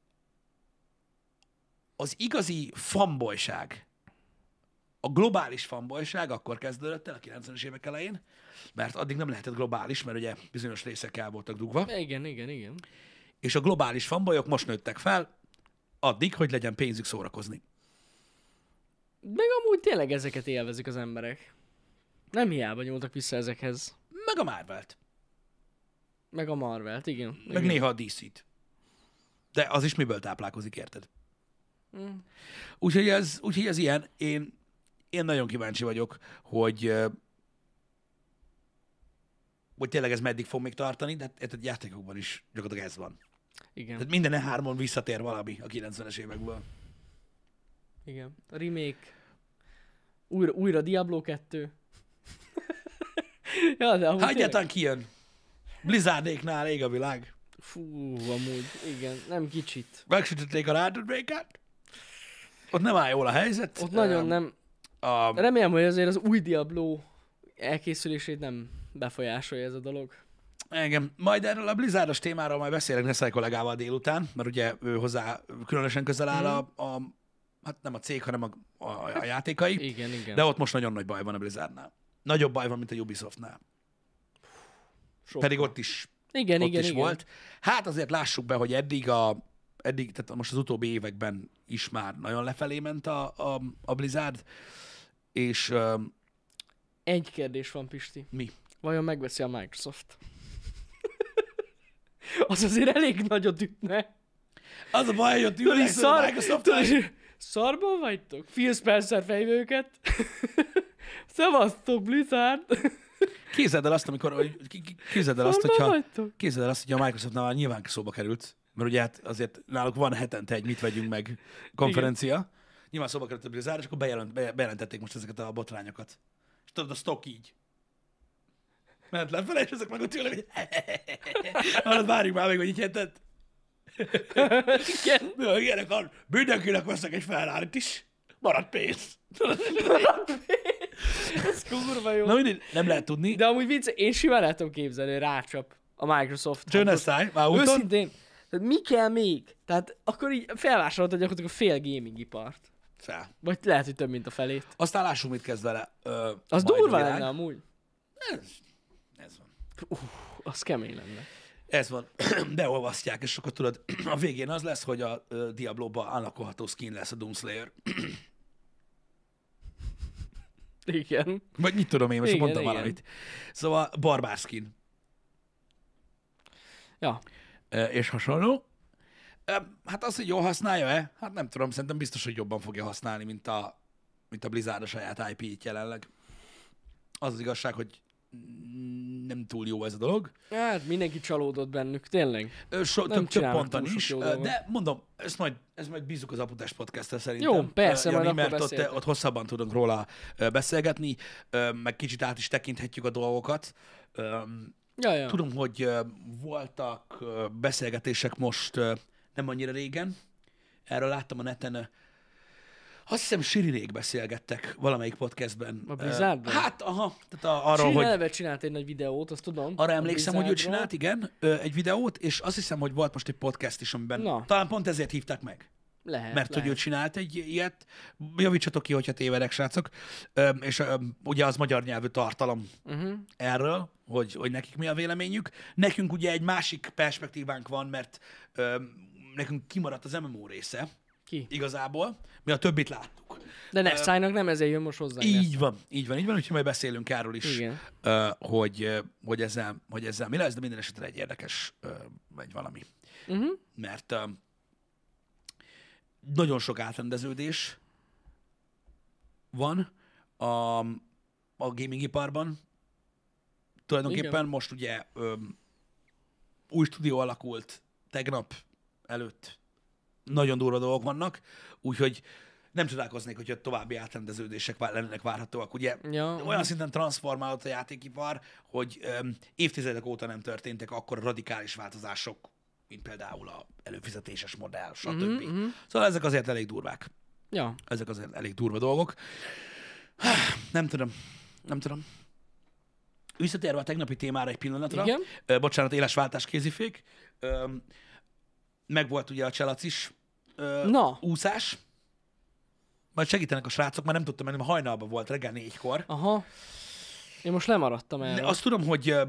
az igazi fanboyság, a globális fanboyság akkor kezdődött el a kilencvenes évek elején, mert addig nem lehetett globális, mert ugye bizonyos részek el voltak dugva, Igen, igen, igen. és a globális fanboyok most nőttek fel, addig, hogy legyen pénzük szórakozni. Meg amúgy tényleg ezeket élvezik az emberek. Nem hiába nyúltak vissza ezekhez. Meg a Marvelt. Meg a Marvelt, igen. Meg igen. néha a dé cét. De az is miből táplálkozik, érted? Mm. Úgyhogy ez, úgyhogy ez ilyen. Én, én nagyon kíváncsi vagyok, hogy, ö, hogy tényleg ez meddig fog még tartani, de hát a játékokban is gyakorlatilag ez van. Igen, Tehát minden E hármon visszatér valami a kilencvenes évekből. igen. A remake. Újra, újra Diablo kettő. Ja, de amúgy Hát tényleg- egyáltalán kijön. Blizzardéknál ég a világ. Fú, amúgy, igen, nem kicsit. Megsütötték a rádodbékát. Ott nem áll jól a helyzet. Ott nagyon Öm, nem. A, Remélem, hogy azért az új Diablo elkészülését nem befolyásolja ez a dolog. engem. Majd erről a Blizzardos témáról majd beszélek Neszai kollégával délután, mert ugye ő hozzá különösen közel áll a, a hát nem a cég, hanem a, a, a játékai. Igen, igen. De ott most nagyon nagy baj van a Blizzardnál. Nagyobb baj van, mint a Ubisoftnál. Sok. Pedig ott is, igen, ott igen, is igen. volt. Hát azért lássuk be, hogy eddig a eddig, tehát most az utóbbi években is már nagyon lefelé ment a, a, a Blizzard, és uh, Egy kérdés van, Pisti. mi? Vajon megveszi a Microsoft? Az azért elég nagyot ütne. Az a baj, hogy ott Tudod, így ülnek szar... a Microsoft, tudod, így szarban vagytok? Phil Spencer fejvőket? Szevasztok, Blizzard! képzeld el azt, amikor, hogy, ki- ki- képzeld el azt, Szarban hogyha, vagytok? képzeld el azt, hogy a Microsoftnál már nyilván szóba került, mert ugye hát azért náluk van hetente egy mit vegyünk meg konferencia. Igen. Nyilván szóba került a Blizzard, és akkor bejelent, be- bejelentették most ezeket a botrányokat. És tudod, a stock így. Ment lefele, és ezek meg ott ülnek, hogy hallod, várjuk már még, hogy így hetet. Igen. Mi a ilyenek van? Mindenkinek veszek egy ferrari is. Marad pénz. Ez kurva jó. Na mindegy, nem lehet tudni. De amúgy vicc, én simán el tudom képzelni, hogy rácsap a Microsoft. Csönesztály, már úton. Őszintén, tehát mi kell még? Tehát akkor így felvásárolta gyakorlatilag a fél gaming ipart. Fel. Vagy lehet, hogy több, mint a felét. Aztán lássuk, mit kezd vele. Ö, Az majd a durva világ. lenne amúgy. Ez, ez van. Uh, az kemény lenne. Ez van. Beolvasztják, és akkor tudod, a végén az lesz, hogy a uh, Diablo-ba unlockolható skin lesz a Doomslayer. Igen. Vagy mit tudom én, most Igen, mondtam igen. valamit. Szóval barbár skin. Ja. Ö, és hasonló. Ö, hát az, hogy jól használja-e? Hát nem tudom, szerintem biztos, hogy jobban fogja használni, mint a, mint a Blizzard a saját i pé-t jelenleg. Az az igazság, hogy mm, nem túl jó ez a dolog. Hát mindenki csalódott bennük, tényleg. Ö, So, Nem több, több csinálnak ponton túl sok is, jó ö, dolgot. de mondom, ezt majd, ezt majd bízunk az Aputás Podcast-tel szerintem. Jó, persze, Ö, majd Jani, akkor mert ott, beszéltek. ott hosszabban tudunk róla ö, beszélgetni, ö, meg kicsit át is tekinthetjük a dolgokat. Ö, Ja, ja. Tudom, hogy ö, voltak ö, beszélgetések most ö, nem annyira régen. Erről láttam a neten. ö, Azt hiszem, Sirinék beszélgettek valamelyik podcastben. A Blizzardban? Ö, Hát, aha. Tehát a, arról, Siri hogy... eleve csinált egy nagy videót, azt tudom. Arra a emlékszem, hogy ő Blizzardról. csinált, igen, ö, egy videót, és azt hiszem, hogy volt most egy podcast is, amiben Na. talán pont ezért hívták meg. Lehet, Mert hogy ő lehet. csinált egy ilyet. Javítsatok ki, hogyha tévedek, srácok. Ö, és ö, ugye az magyar nyelvű tartalom Uh-huh. erről, hogy, hogy nekik mi a véleményük. Nekünk ugye egy másik perspektívánk van, mert ö, nekünk kimaradt az em em o része Ki? igazából. Mi a többit láttuk. De Nexájnak nem ezért jön most hozzá. Így van, így van, így van, úgyhogy majd beszélünk erről is, Igen. ö, hogy, ö, hogy, ezzel, hogy ezzel mi lesz, de minden esetre egy érdekes ö, egy valami. Uh-huh. Mert ö, nagyon sok átrendeződés van a, a gaming iparban. Tulajdonképpen Igen. most ugye ö, új stúdió alakult tegnap előtt. Nagyon durva dolgok vannak, úgyhogy nem csodálkoznék, hogyha további átrendeződések vár- lennének várhatóak. Ugye Ja. olyan szinten transformálódott a játékipar, hogy öm, évtizedek óta nem történtek akkor radikális változások, mint például a előfizetéses modell, stb. Mhm, mhm. Szóval ezek azért elég durvák. Ja. Ezek azért elég durva dolgok. Nem tudom. Nem tudom. Visszatérve a tegnapi témára egy pillanatra. Igen. Ö, bocsánat, éles váltás kézifék. Ö, meg volt ugye a cselacis ö, Na. úszás. Majd segítenek a srácok, már nem tudtam menni, mert hajnalban volt, reggel négykor. Aha. Én most lemaradtam De erről. azt tudom, hogy ö,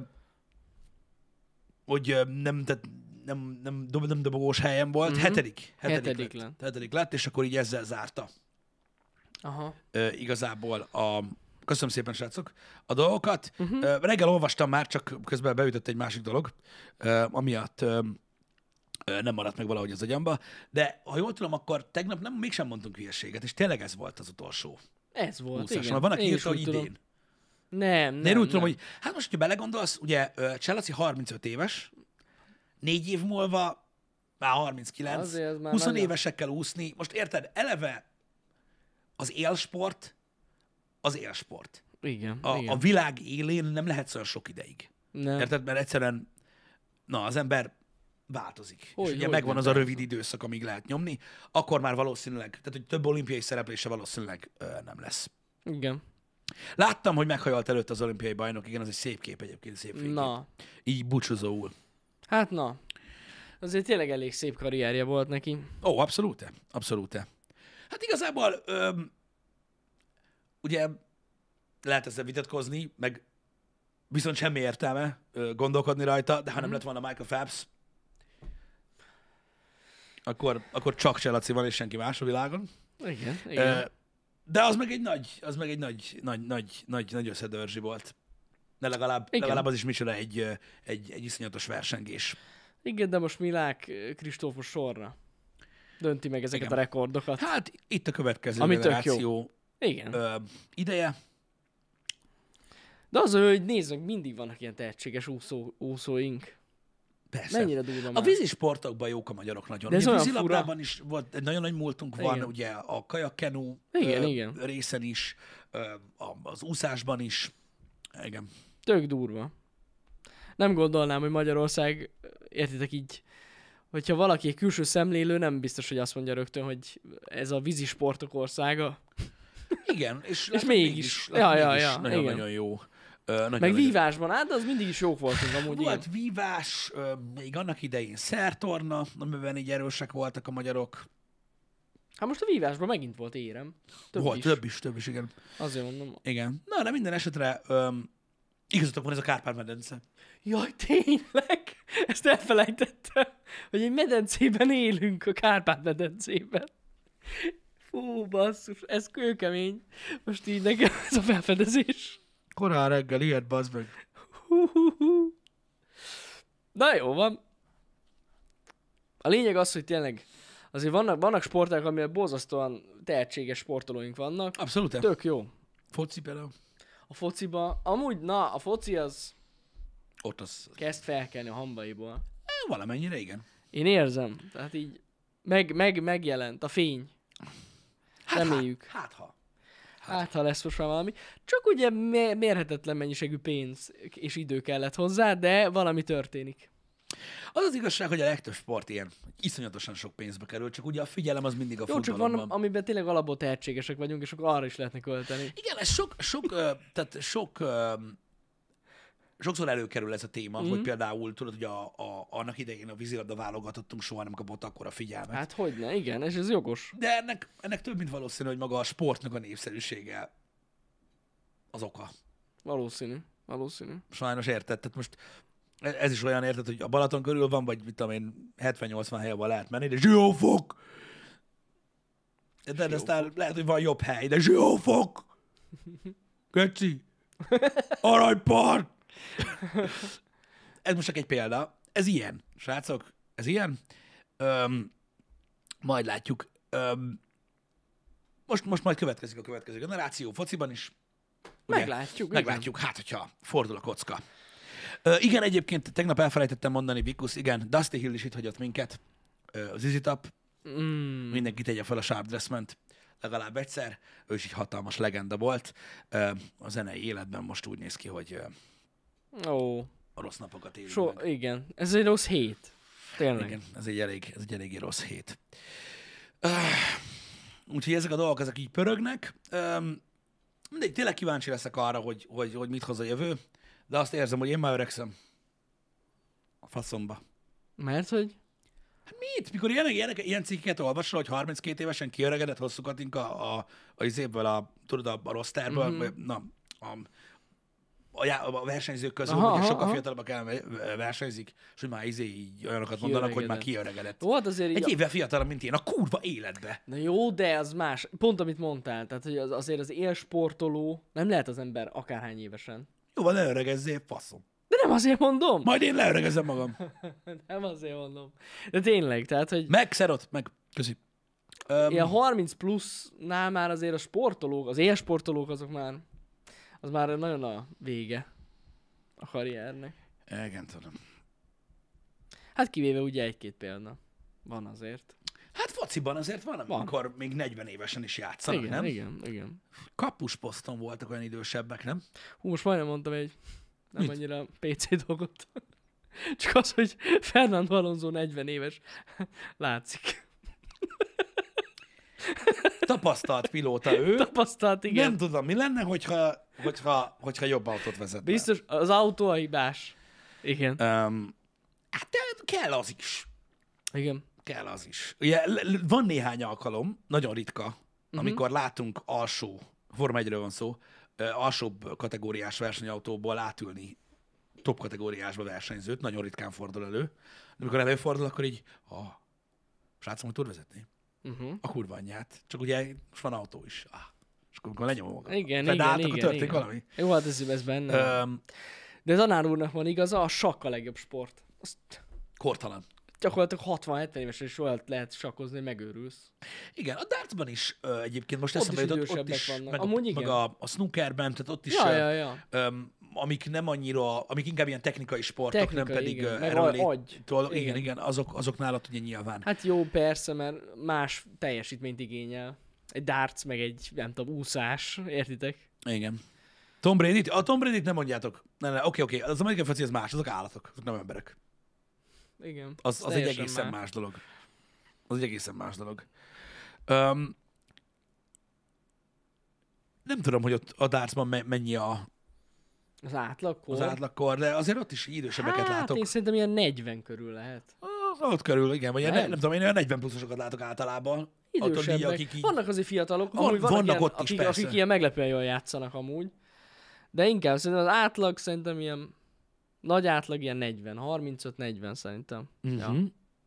hogy ö, nem, tehát nem, nem, dob, nem dobogós helyen volt. Mhm. Hetedik. Hetedik, Hetedik lett. lett. Hetedik lett, és akkor így ezzel zárta Aha. ö, igazából a... Köszönöm szépen, srácok, a dolgokat. Mhm. Uh, reggel olvastam már, csak közben beütött egy másik dolog, uh, amiatt uh, nem maradt meg valahogy az agyamba, de ha jól tudom, akkor tegnap nem, mégsem mondtunk hülyeséget, és tényleg ez volt az utolsó Ez volt, úszás. igen. Mert van, aki Én is írta, hogy úgy tudom. idén. Nem, nem, De én úgy nem. tudom, hogy hát most, hogyha belegondolsz, ugye uh, Cselaci harmincöt éves, négy év múlva már harminckilenc, Azért az már húsz nagyon- évesekkel úszni. Most érted, eleve az élsport, az élsport. Igen, A, igen. a világ élén nem lehetsz olyan sok ideig. Nem. Érted? Mert egyszerűen, na, az ember változik. Hogy- és ugye hogy megvan nem, az a persze. rövid időszak, amíg lehet nyomni, akkor már valószínűleg, tehát hogy több olimpiai szereplése valószínűleg ö, nem lesz. Igen. Láttam, hogy meghajolt előtt az olimpiai bajnok, igen, az egy szép kép egyébként, szép fénykép. Na. Így búcsúzóul. Hát na. Azért tényleg elég szép karrierje volt neki. Ó, abszolút abszolút Hát igazából, öm, ugye lehet ezzel vitatkozni, meg viszont semmi értelme ö, gondolkodni rajta, de ha nem lett volna Michael Phelps, akkor, akkor csak Cselaci van, és senki más a világon. Igen, Ö, igen. De az meg egy nagy, az meg egy nagy, nagy, nagy, nagy, nagy összedörzsi volt. De legalább, Igen. legalább az is micsoda egy, ö, egy, egy iszonyatos versengés. Igen, de most Milák Kristófos sorra dönti meg ezeket Igen. a rekordokat. Hát itt a következő Ami tök jó. generáció Igen. ö, ideje. De az, hogy nézd meg, mindig vannak ilyen tehetséges úszó, úszóink. Persze. Mennyire durva A már. vízisportokban jók a magyarok nagyon. De ez Ugye a olyan vízilabdában is volt, egy nagyon nagy múltunk van, Igen. ugye a kajakkenú Igen, ö, igen. részen is, ö, a- az úszásban is. Igen. Tök durva. Nem gondolnám, hogy Magyarország, értitek így, hogyha valaki egy külső szemlélő, nem biztos, hogy azt mondja rögtön, hogy ez a vízisportok országa. Igen, és, és mégis. mégis, Ja, ja, mégis ja, nagyon-nagyon jó. Ö, nagyon, Meg nagyon vívásban, hát az mindig is jók voltunk amúgy, igen. Volt vívás, ö, még annak idején szertorna, amiben így erősek voltak a magyarok. Hát most a vívásban megint volt érem. Több volt is. több is, több is, igen. Azért mondom. Igen. Na, de minden esetre öm, igazatok van, ez a Kárpát-medence. Jaj, tényleg? Ezt elfelejtettem, hogy egy medencében élünk, a Kárpát-medencében. Fú, basszus, ez kőkemény. Most így nekem ez a felfedezés. Korán reggel, ilyet, bazd meg. Hú, hú, hú. Na jó van. A lényeg az, hogy tényleg azért vannak, vannak sporták, amivel borzasztóan tehetséges sportolóink vannak. Abszolút. Tök jó. Foci például. A fociba, amúgy, na, a foci az Ott az kezd felkelni a hambaiból. valamennyire, igen. Én érzem. Tehát így meg, meg, megjelent a fény. Hát, Reméljük. Hát, hát ha. Hát, ha lesz most már valami. Csak ugye mé- mérhetetlen mennyiségű pénz és idő kellett hozzá, de valami történik. Az az igazság, hogy a legtöbb sport ilyen, hogy iszonyatosan sok pénzbe kerül, csak ugye a figyelem az mindig a Jó, csak futballon van, amiben tényleg alapból tehetségesek vagyunk, és akkor arra is lehetne költeni. Igen, ez sok, sok, ö, tehát sok, ö, sokszor előkerül ez a téma, Mhm. hogy például tudod, hogy a, a, annak idején a vízilabda válogatottunk soha nem kapott akkora figyelmet. Hát hogyne, igen, és ez jogos. De ennek, ennek több, mint valószínű, hogy maga a sportnak a népszerűsége az oka. Valószínű, valószínű. Sajnos érted, tehát most ez is olyan érted, hogy a Balaton körül van, vagy mit tudom én, hetven-nyolcvan helyben lehet menni, de Zsiófok! De aztán lehet, hogy van jobb hely, de Zsiófok! Köci! Aranypart! Ez most csak egy példa. Ez ilyen, srácok, ez ilyen. Öm, majd látjuk. Öm, most, most majd következik a következő generáció fociban is. Ugye? Meglátjuk. igen. Meglátjuk, hát hogyha fordul a kocka. Ö, igen, egyébként tegnap elfelejtettem mondani, Vikus, igen, Dusty Hill is itt hagyott minket. Ö, az Easy Top, Mm, mindenki tegye fel a Sharp Dressment legalább egyszer. Ő is egy hatalmas legenda volt. Ö, a zenei életben most úgy néz ki, hogy ö, ó, a rossz napokat élünk so, meg. igen. Ez egy rossz hét. Tényleg. Igen, ez egy elég, ez egy eléggé rossz hét. Uh, úgyhogy ezek a dolgok, ezek így pörögnek. Um, mindegy, tényleg kíváncsi leszek arra, hogy, hogy, hogy mit hoz a jövő, De azt érzem, hogy én már öregszem. A faszomba. Mert hogy? Hát mit? Mikor ilyen, ilyen, ilyen cikkeket olvasol, hogy harminckét évesen kiöregedett hosszú Katinka a, a, a izéből, a, tudod, a, a rosterből, Mhm. mm-hmm. na, a, a, já- a versenyzők közül, Aha, hogy aha, sokkal aha. fiatalabbak el versenyzik, és hogy már izé így olyanokat mondanak, hogy már kiöregedett. Jó, hát azért így... Egy évvel fiatalabb, mint én, a kurva életbe. Na jó, de az más. Pont amit mondtál, tehát hogy az, azért az élsportoló nem lehet az ember akárhány évesen. Jó, van, ne öregezzél, faszom. De nem azért mondom. Majd én leöregezem magam. Nem azért mondom. De tényleg, tehát, hogy Meg, Szerot, meg. Köszi. Um, ilyen harminc plusznál már azért a sportolók, az élsportolók azok már, az már nagyon a vége a karriernek. Igen, tudom. Hát kivéve ugye egy-két példa. Van azért. Hát fociban azért van, Van. amikor még negyven évesen is játszanak, Igen, nem? igen, igen. Kapusposzton voltak olyan idősebbek, nem? Hú, most majdnem mondtam egy nem Mit? annyira pé cé dolgot. Csak az, hogy Fernando Alonso negyven éves. Látszik. Tapasztalt pilóta ő. Tapasztalt, igen. Nem tudom, mi lenne, hogyha, hogyha, hogyha jobb autót vezetne. Biztos, az autó a hibás. Igen. Um, hát de kell az is. Igen. Kell az is. Ugye l- l- van néhány alkalom, nagyon ritka, Mhm. uh-huh. amikor látunk alsó, Forma egyről van szó, ö, alsóbb kategóriás versenyautóból átülni top kategóriásba versenyzőt, nagyon ritkán fordul elő. De amikor előfordul, akkor így, ah, srácom, hogy tud vezetni? Uh-huh. A kurva anyját. Csak ugye most van autó is. Ah, és akkor, amikor lenyomom magam. Igen, Fedd igen, át, igen, akkor történik igen. valami. Jó, hát ez, ez benne. Um, De Tanár úrnak van igaza, a sakk a legjobb sport. Azt kortalan. gyakorlatilag hatvan-hetven évesen is olyan lehet sakkozni, hogy megőrülsz. Igen, a dartsban is ö, egyébként most Ott eszembe is jutott, ott idősebbek is, vannak. meg, Amúgy a, igen. meg a, a snookerben, tehát ott is, Ja, ö, ja, ja. öm, amik nem annyira, amik inkább ilyen technikai sportok, Technikai, nem pedig igen. ö, Meg erőnléttől. agy. Igen, igen, Igen. igen, azok, azok nálad ugye nyilván. Hát jó, persze, mert más teljesítményt igényel. Egy darts, meg egy, nem tudom, úszás, értitek? Igen. Tom Brady-t? A Tom Brady-t nem mondjátok. Ne, ne, oké, oké, az amerikai foci az más, azok állatok, azok nem emberek. Igen. Az, az egy teljesen egészen más. más dolog. Az egy egészen más dolog. Um, nem tudom, hogy ott a dartsban me- mennyi a, Az átlagkor? az átlagkor, de azért ott is idősebbeket hát, látok. én szerintem ilyen negyven körül lehet. Ah, ott körül, igen, vagy nem, Nem. nem tudom, én olyan negyven pluszosokat látok általában. Ott így, Idősebbek. akik így... Vannak azért fiatalok, Van- amúgy vannak, vannak ilyen, ott is, akik, persze. akik ilyen meglepően jól játszanak amúgy. De inkább szerintem az átlag szerintem ilyen nagy átlag ilyen negyven, harmincöt negyven szerintem. Uh-huh. Ja.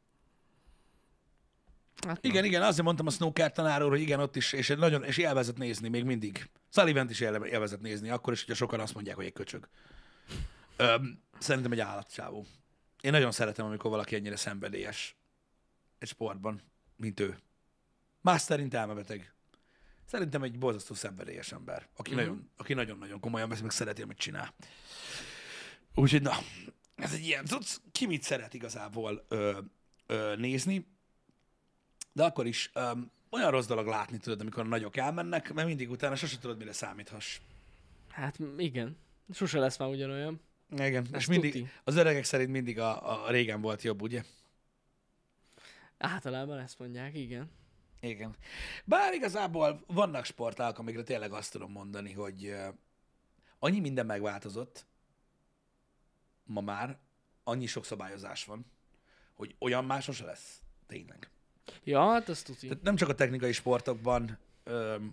Hát Igen, igen, azért mondtam a snooker tanáról, hogy igen, ott is, és nagyon, és élvezett nézni még mindig. Sullivant is élve- élvezett nézni, akkor is, hogyha sokan azt mondják, hogy egy köcsög. Öm, szerintem egy állatcsávó. Én nagyon szeretem, amikor valaki ennyire szenvedélyes egy sportban, mint ő. Más szerint elmebeteg. Szerintem egy borzasztó szenvedélyes ember, aki, Mhm. nagyon, aki nagyon-nagyon komolyan veszi, meg szereti, amit csinál. Úgyhogy na, ez egy ilyen cucc. Ki mit szeret igazából ö, ö, nézni, de akkor is öm, olyan rossz dolog látni, tudod, amikor a nagyok elmennek, mert mindig utána sose tudod, mire számíthass. Hát igen. Sose lesz már ugyanolyan. Igen, Ez és mindig, tuti. az öregek szerint mindig a, a régen volt jobb, ugye? Általában ezt mondják, igen. Igen. Bár igazából vannak sportágak, amikre tényleg azt tudom mondani, hogy uh, annyi minden megváltozott ma már, annyi sok szabályozás van, hogy olyan más sose lesz. Tényleg. Ja, hát azt tuti. Tehát nem csak a technikai sportokban öm,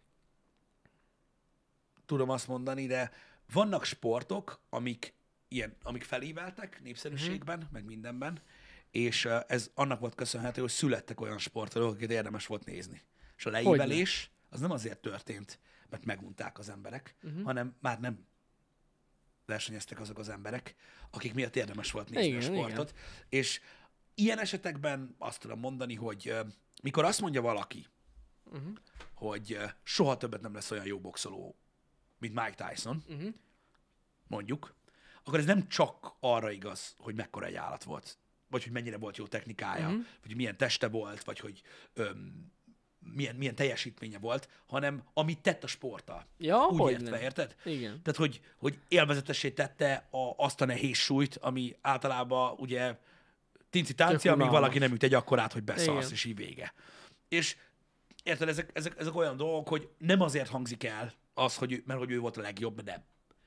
tudom azt mondani, de vannak sportok, amik, ilyen, amik feléveltek népszerűségben, uh-huh. meg mindenben, és uh, ez annak volt köszönhető, hogy születtek olyan sportolók, akiket érdemes volt nézni. És a leívelés az nem azért történt, mert megunták az emberek, uh-huh. hanem már nem versenyeztek azok az emberek, akik miatt érdemes volt nézni Igen, a sportot. És ilyen esetekben azt tudom mondani, hogy uh, mikor azt mondja valaki, Uh-huh. hogy uh, soha többet nem lesz olyan jó boxoló, mint Mike Tyson, Uh-huh. mondjuk, akkor ez nem csak arra igaz, hogy mekkora egy állat volt, vagy hogy mennyire volt jó technikája, Mhm. vagy hogy milyen teste volt, vagy hogy öm, milyen, milyen teljesítménye volt, hanem amit tett a sporttal. Ja, Úgy hogyne. értve, érted? Igen. Tehát, hogy, hogy élvezetessé tette a, azt a nehéz súlyt, ami általában ugye tinci-tánci, amíg unalmas. valaki nem üt egy akkorát, hogy beszarsz, Igen. és így vége. És érted, ezek, ezek, ezek olyan dolgok, hogy nem azért hangzik el az, hogy ő, mert hogy ő volt a legjobb, de nem.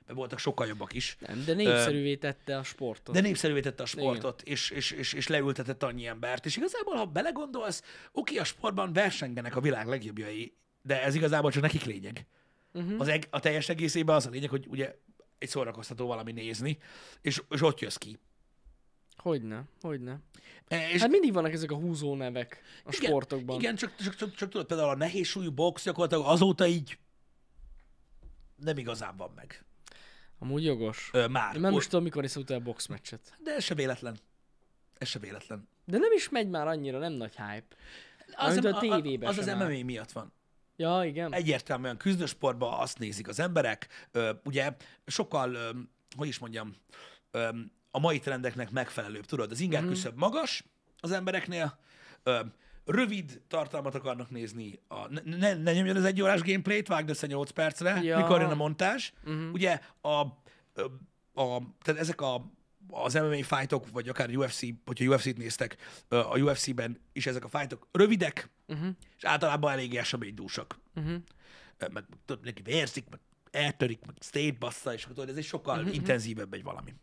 mert voltak sokkal jobbak is. Nem, de népszerűvé tette a sportot. De népszerűvé tette a sportot, és, és, és, és leültetett annyi embert. És igazából, ha belegondolsz, oké, a sportban versengenek a világ legjobbjai, de ez igazából csak nekik lényeg. Uh-huh. Az eg- a teljes egészében az a lényeg, hogy ugye egy szórakoztató valami nézni, és, és ott jössz ki. Hogyne, hogyne. E, és Hát mindig vannak ezek a húzó nevek a igen, sportokban. Igen, csak, csak, csak, csak tudod, például a nehézsúlyú box gyakorlatilag azóta így nem igazán van meg. Amúgy jogos. Ö, már. Én nem is tudom, mikor néztem utána a boxmeccset. De ez se véletlen. Ez se véletlen. De nem is megy már annyira, nem nagy hype. Az Mint a, a tévében az, az sem em em áll. á miatt van. Ja, igen. Egyértelműen küzdősportban azt nézik az emberek, ö, ugye sokkal, ö, hogy is mondjam, ö, a mai trendeknek megfelelőbb, tudod, az inger küszöb magas az embereknél, ö, rövid tartalmat akarnak nézni, a, ne, ne, ne nyomjon az egy órás gameplayt, vágd össze nyolc percre, Ja. mikor jön a montázs. Uh-huh. Ugye a, a, a, tehát ezek a, az em em á fightok, vagy akár u ef cé, hogyha u ef cét néztek, a u ef cében is ezek a fightok rövidek, Uh-huh. és általában eléggé eseménydúsak. Uh-huh. Meg tudod, neki vérzik, meg eltörik, meg state bassza, és akkor tudod, ez egy sokkal uh-huh. intenzívebb egy valami.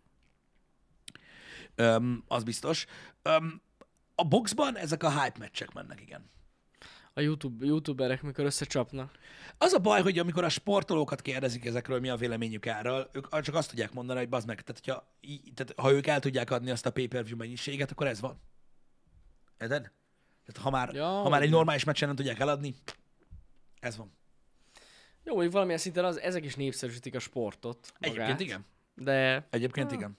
Um, az biztos. Um, a boxban ezek a hype meccsek mennek, igen. A YouTube, youtuberek, mikor összecsapnak. Az a baj, hogy amikor a sportolókat kérdezik ezekről, mi a véleményük erről, ők csak azt tudják mondani, hogy bazd meg, tehát, hogyha, í- tehát ha ők el tudják adni azt a pay-per-view mennyiséget, akkor ez van. Érted? Tehát ha már, Ja, ha már egy igen. normális meccsen nem tudják eladni, ez van. Jó, hogy valamilyen szinten az, ezek is népszerűsítik a sportot. Magát, Egyébként igen. De Egyébként igen.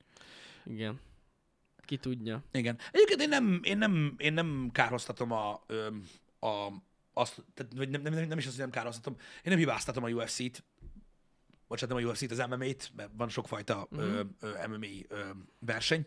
igen. Ki tudja. Igen. Egyébként én nem, én nem, én nem kárhoztatom a, ö, a azt, tehát, vagy nem, nem, nem is azt, hogy nem kárhoztatom, én nem hibáztatom a u ef cét, bocsánat, nem a u ef cét, az em em á-t, mert van sokfajta uh-huh. ö, ö, em em á ö, verseny.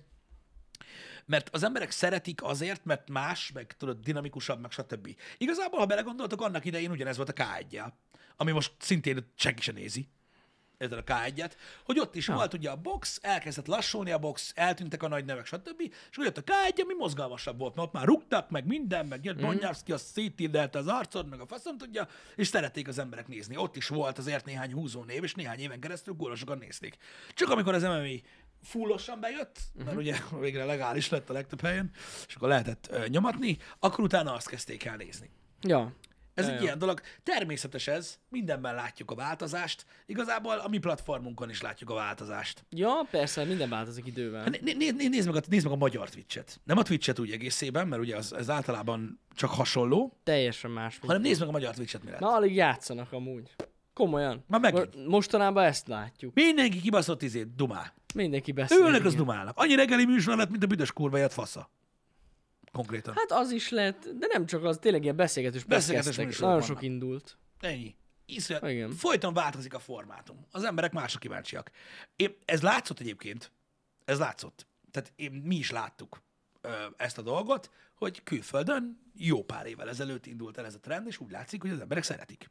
Mert az emberek szeretik azért, mert más, meg tudod, dinamikusabb, meg stb. Igazából, ha belegondoltok, annak idején ugyanez volt a ká egyel, ami most szintén senki se nézi, ezzel a ká egyet, hogy ott is Ja. volt ugye a box, elkezdett lassulni a box, eltűntek a nagy nevek, stb. És úgy jött a ká egy, ami mozgalmasabb volt, mert ott már rúgtak, meg minden, meg jött Bonyarszki, az szétírdelte az arcod, meg a faszom tudja, és szerették az emberek nézni. Ott is volt azért néhány húzó név, és néhány éven keresztül gólosokan nézték. Csak amikor az em em á fullosan bejött, mert uh-huh. ugye végre legális lett a legtöbb helyen, és akkor lehetett uh, nyomatni, akkor utána azt kezdték el nézni. Ja. Ez Ja, egy ja. ilyen dolog. Természetes ez, mindenben látjuk a változást. Igazából a mi platformunkon is látjuk a változást. Ja, persze, minden változik idővel. Né- né- né- nézd, meg a, nézd meg a magyar Twitch-et. Nem a Twitch-et úgy egészében, mert ugye az, az általában csak hasonló, Teljesen más. hanem nézd meg a magyar Twitch-et, mi lett. Na, alig játszanak amúgy. Komolyan. Már megint. Mo- Mostanában ezt látjuk. Mindenki kibaszott izét, dumál. Mindenki beszél. Ülnek, az igen. dumálnak. Annyi reggeli műsor lett, mint a büdös kurva élet fasza. Konkrétan. Hát az is lett, de nem csak az, tényleg ilyen beszélgetős Beszélgetős beszélgetős műsorok Nagyon sok vannak. indult. Ennyi. Iszonyat. Igen. Folyton változik a formátum. Az emberek másra kíváncsiak. Én, ez látszott egyébként. Ez látszott. Tehát én, mi is láttuk ö, ezt a dolgot, hogy külföldön jó pár évvel ezelőtt indult el ez a trend, és úgy látszik, hogy az emberek szeretik.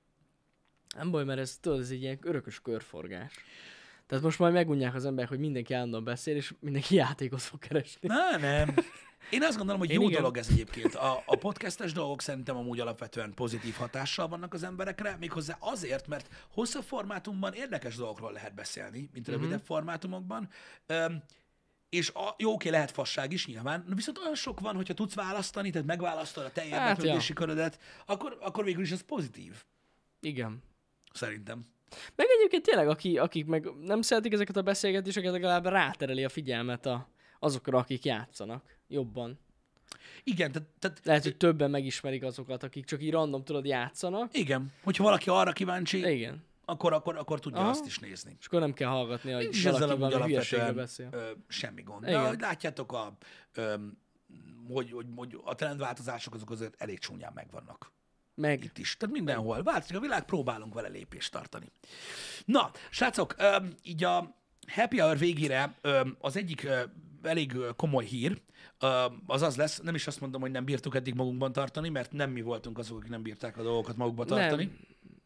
Nem baj, mert ez, tudod, ez egy ilyen örökös körforgás. Tehát most majd megunják az emberek, hogy mindenki állandóan beszél, és mindenki játékot fog keresni. Na, nem. Én azt gondolom, hogy Én jó igen. dolog ez egyébként. A, a podcastes dolgok szerintem amúgy alapvetően pozitív hatással vannak az emberekre, méghozzá azért, mert hosszabb formátumban érdekes dolgokról lehet beszélni, mint rövidebb uh-huh. formátumokban. Öm, és a, jó, oké, lehet fasság is nyilván, viszont olyan sok van, hogyha tudsz választani, tehát megválasztod a te Hát, érdeklődési körödet, akkor, akkor végül is ez pozitív, Igen. szerintem. Meg egyébként tényleg, aki, akik meg nem szeretik ezeket a beszélgetéseket, legalább rátereli a figyelmet a, azokra, akik játszanak jobban. Igen, tehát, tehát Lehet, hogy többen megismerik azokat, akik csak így random, tudod, játszanak. igen, hogyha valaki arra kíváncsi, Igen. akkor, akkor, akkor tudja Aha. azt is nézni. És akkor nem kell hallgatni, hogy Nincs valaki ezzel amúgy valami hülyeségről alapvetően beszél. ö, semmi gond. De Igen. ahogy látjátok, a, ö, hogy, hogy, hogy a trendváltozások azok azért elég csúnyán megvannak. Meg. Itt is. Tehát mindenhol. Változik a világ, próbálunk vele lépést tartani. Na, srácok, ö, így a Happy Hour végére ö, az egyik ö, elég ö, komoly hír, ö, az az lesz, nem is azt mondom, hogy nem bírtuk eddig magunkban tartani, mert nem mi voltunk azok, akik nem bírták a dolgokat magukba tartani. Nem.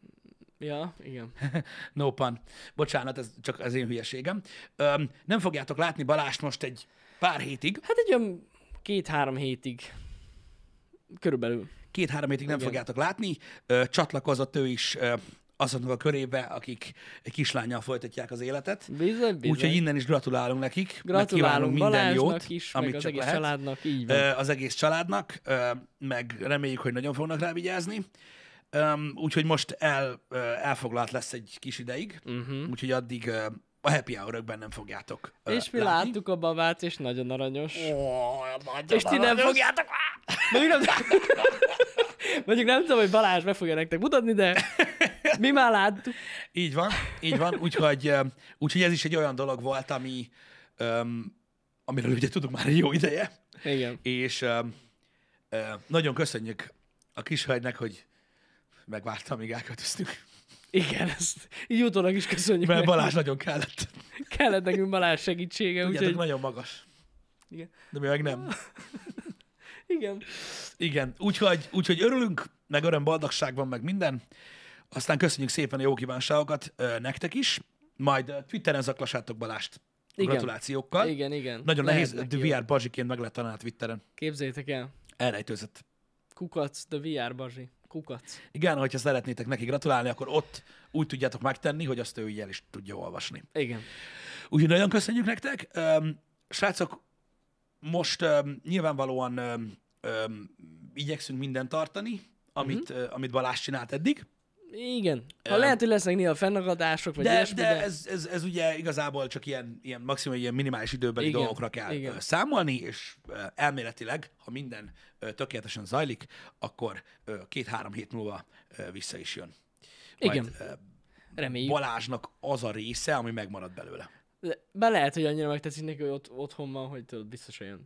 Ja, igen. No pun. Bocsánat, ez csak az én hülyeségem. Öm, nem fogjátok látni Balást most egy pár hétig. Hát egy olyan két-három hétig. Körülbelül. Két-három hétig nem Igen. fogjátok látni. Ö, csatlakozott ő is ö, azoknak a körébe, akik egy kislánnyal folytatják az életet. Bizony, bizony. Úgyhogy innen is gratulálunk nekik. Gratulálunk minden Balázsnak jót, is, amit meg az csak egész lehet. családnak, így van. Ö, Az egész családnak, ö, meg reméljük, hogy nagyon fognak rá vigyázni. Öm, Úgyhogy most el, ö, elfoglalt lesz egy kis ideig, Uh-huh. úgyhogy addig ö, a happy hour-ökben nem fogjátok ö, És mi látni. láttuk a babát, és nagyon aranyos. Ó, És ti nem fogjátok Mondjuk nem, mondjuk nem tudom, hogy Balázs meg fogja nektek mutatni, de mi már láttuk. Így van, így van. Úgyhogy, ö, úgyhogy ez is egy olyan dolog volt, ami, öm, amiről ugye tudunk már egy jó ideje, Igen. és öm, ö, nagyon köszönjük a kishölgynek, hogy megvárta, amíg elköltöztünk. Igen, ezt így utólag is köszönjük. Mert neki. Balázs nagyon kellett. Kellett nekünk Balázs segítsége, Tudjátok, úgyhogy... nagyon magas. Igen. De mi meg nem. Igen. Igen, úgyhogy, úgyhogy örülünk, meg öröm, boldogság van, meg minden. Aztán köszönjük szépen a jó kívánságokat ö, nektek is. Majd ö, Twitteren zaklassátok Balást a Igen. gratulációkkal. Igen, igen. Nagyon Lehet nehéz, neki The jó. vé er Bazsiként meg lehet találni Twitteren. Képzeljétek el. Elrejtőzött. Kukac, The vé er Bazsi. Kukac. Igen, hogyha szeretnétek neki gratulálni, akkor ott úgy tudjátok megtenni, hogy azt ő így el is tudja olvasni. Igen. Úgyhogy nagyon köszönjük nektek. Öm, srácok, most öm, nyilvánvalóan öm, öm, igyekszünk mindent tartani, amit, Mhm. ö, amit Balázs csinált eddig. Igen. Ha Öm, lehet, hogy lesznek néha fennakadások, vagy De, ilyesmi, de, de... Ez, ez, ez ugye igazából csak ilyen, ilyen maximum ilyen minimális időbeli Igen, dolgokra kell igen. ö, számolni, és ö, elméletileg, ha minden ö, tökéletesen zajlik, akkor ö, két-három hét múlva ö, vissza is jön. Igen. Majd, ö, Reméljük. Balázsnak az a része, ami megmarad belőle. Le- Be lehet, hogy annyira megtetszik neki, hogy ott, otthon van, hogy tudod, biztosan jön.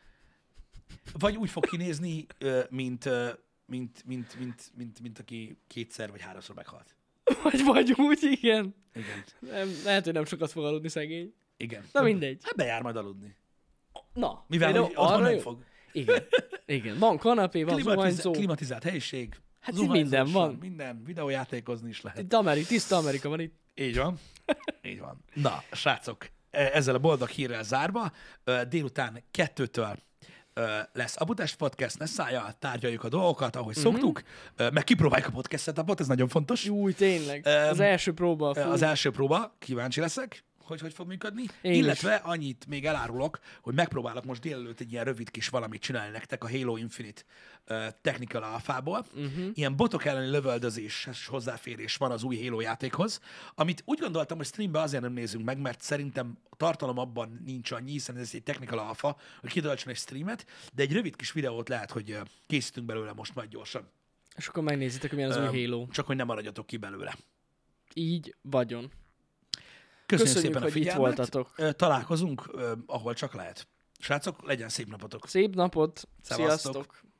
Vagy úgy fog kinézni, ö, mint, ö, mint, mint, mint, mint, mint aki kétszer vagy háromszor meghalt. Vagy vagy úgy, igen. Igen. Nem, lehet, hogy nem sokat fog aludni szegény. Igen. Na mindegy. Hát bejár majd aludni. Na, Mivel például hogy otthon arra nem jó? fog. Igen. Igen. Van kanapé, van Klimatiz- zuhanyzó. klimatizált helyiség. Hát zuhanyzós minden van. Minden. Videójátékozni is lehet. Itt Amerika, tiszta Amerika van itt. Így van. Így van. Na, srácok, e- ezzel a boldog hírrel zárva, ö, délután kettőtől ö, lesz Abutest Podcast, ne szállja, tárgyaljuk a dolgokat, ahogy Mhm. uh-huh. szoktuk, ö, meg kipróbáljuk a podcast setupot, ez nagyon fontos. Új, tényleg. Öm, Az első próba. Fú. Az első próba, kíváncsi leszek, hogy hogy fog működni. Én Illetve annyit még elárulok, hogy megpróbálok most délelőtt egy ilyen rövid kis valamit csinálni nektek a Halo Infinite uh, Technical Alpha-ból. Uh-huh. Ilyen botok elleni lövöldözéses hozzáférés van az új Halo játékhoz, amit úgy gondoltam, hogy streambe azért nem nézünk meg, mert szerintem a tartalom abban nincs annyi, hiszen ez egy Technical Alpha, hogy kitöltsön egy streamet, de egy rövid kis videót lehet, hogy uh, készítünk belőle most majd gyorsan. És akkor megnézitek, hogy milyen az Öm, új Halo. Csak hogy nem maradjatok ki belőle. Így vagyon. Köszönjük, Köszönjük, szépen a hogy itt figyelmet. voltatok. Ö, Találkozunk, ö, ahol csak lehet. Srácok, legyen szép napotok! Szép napot. Szevasztok. Sziasztok.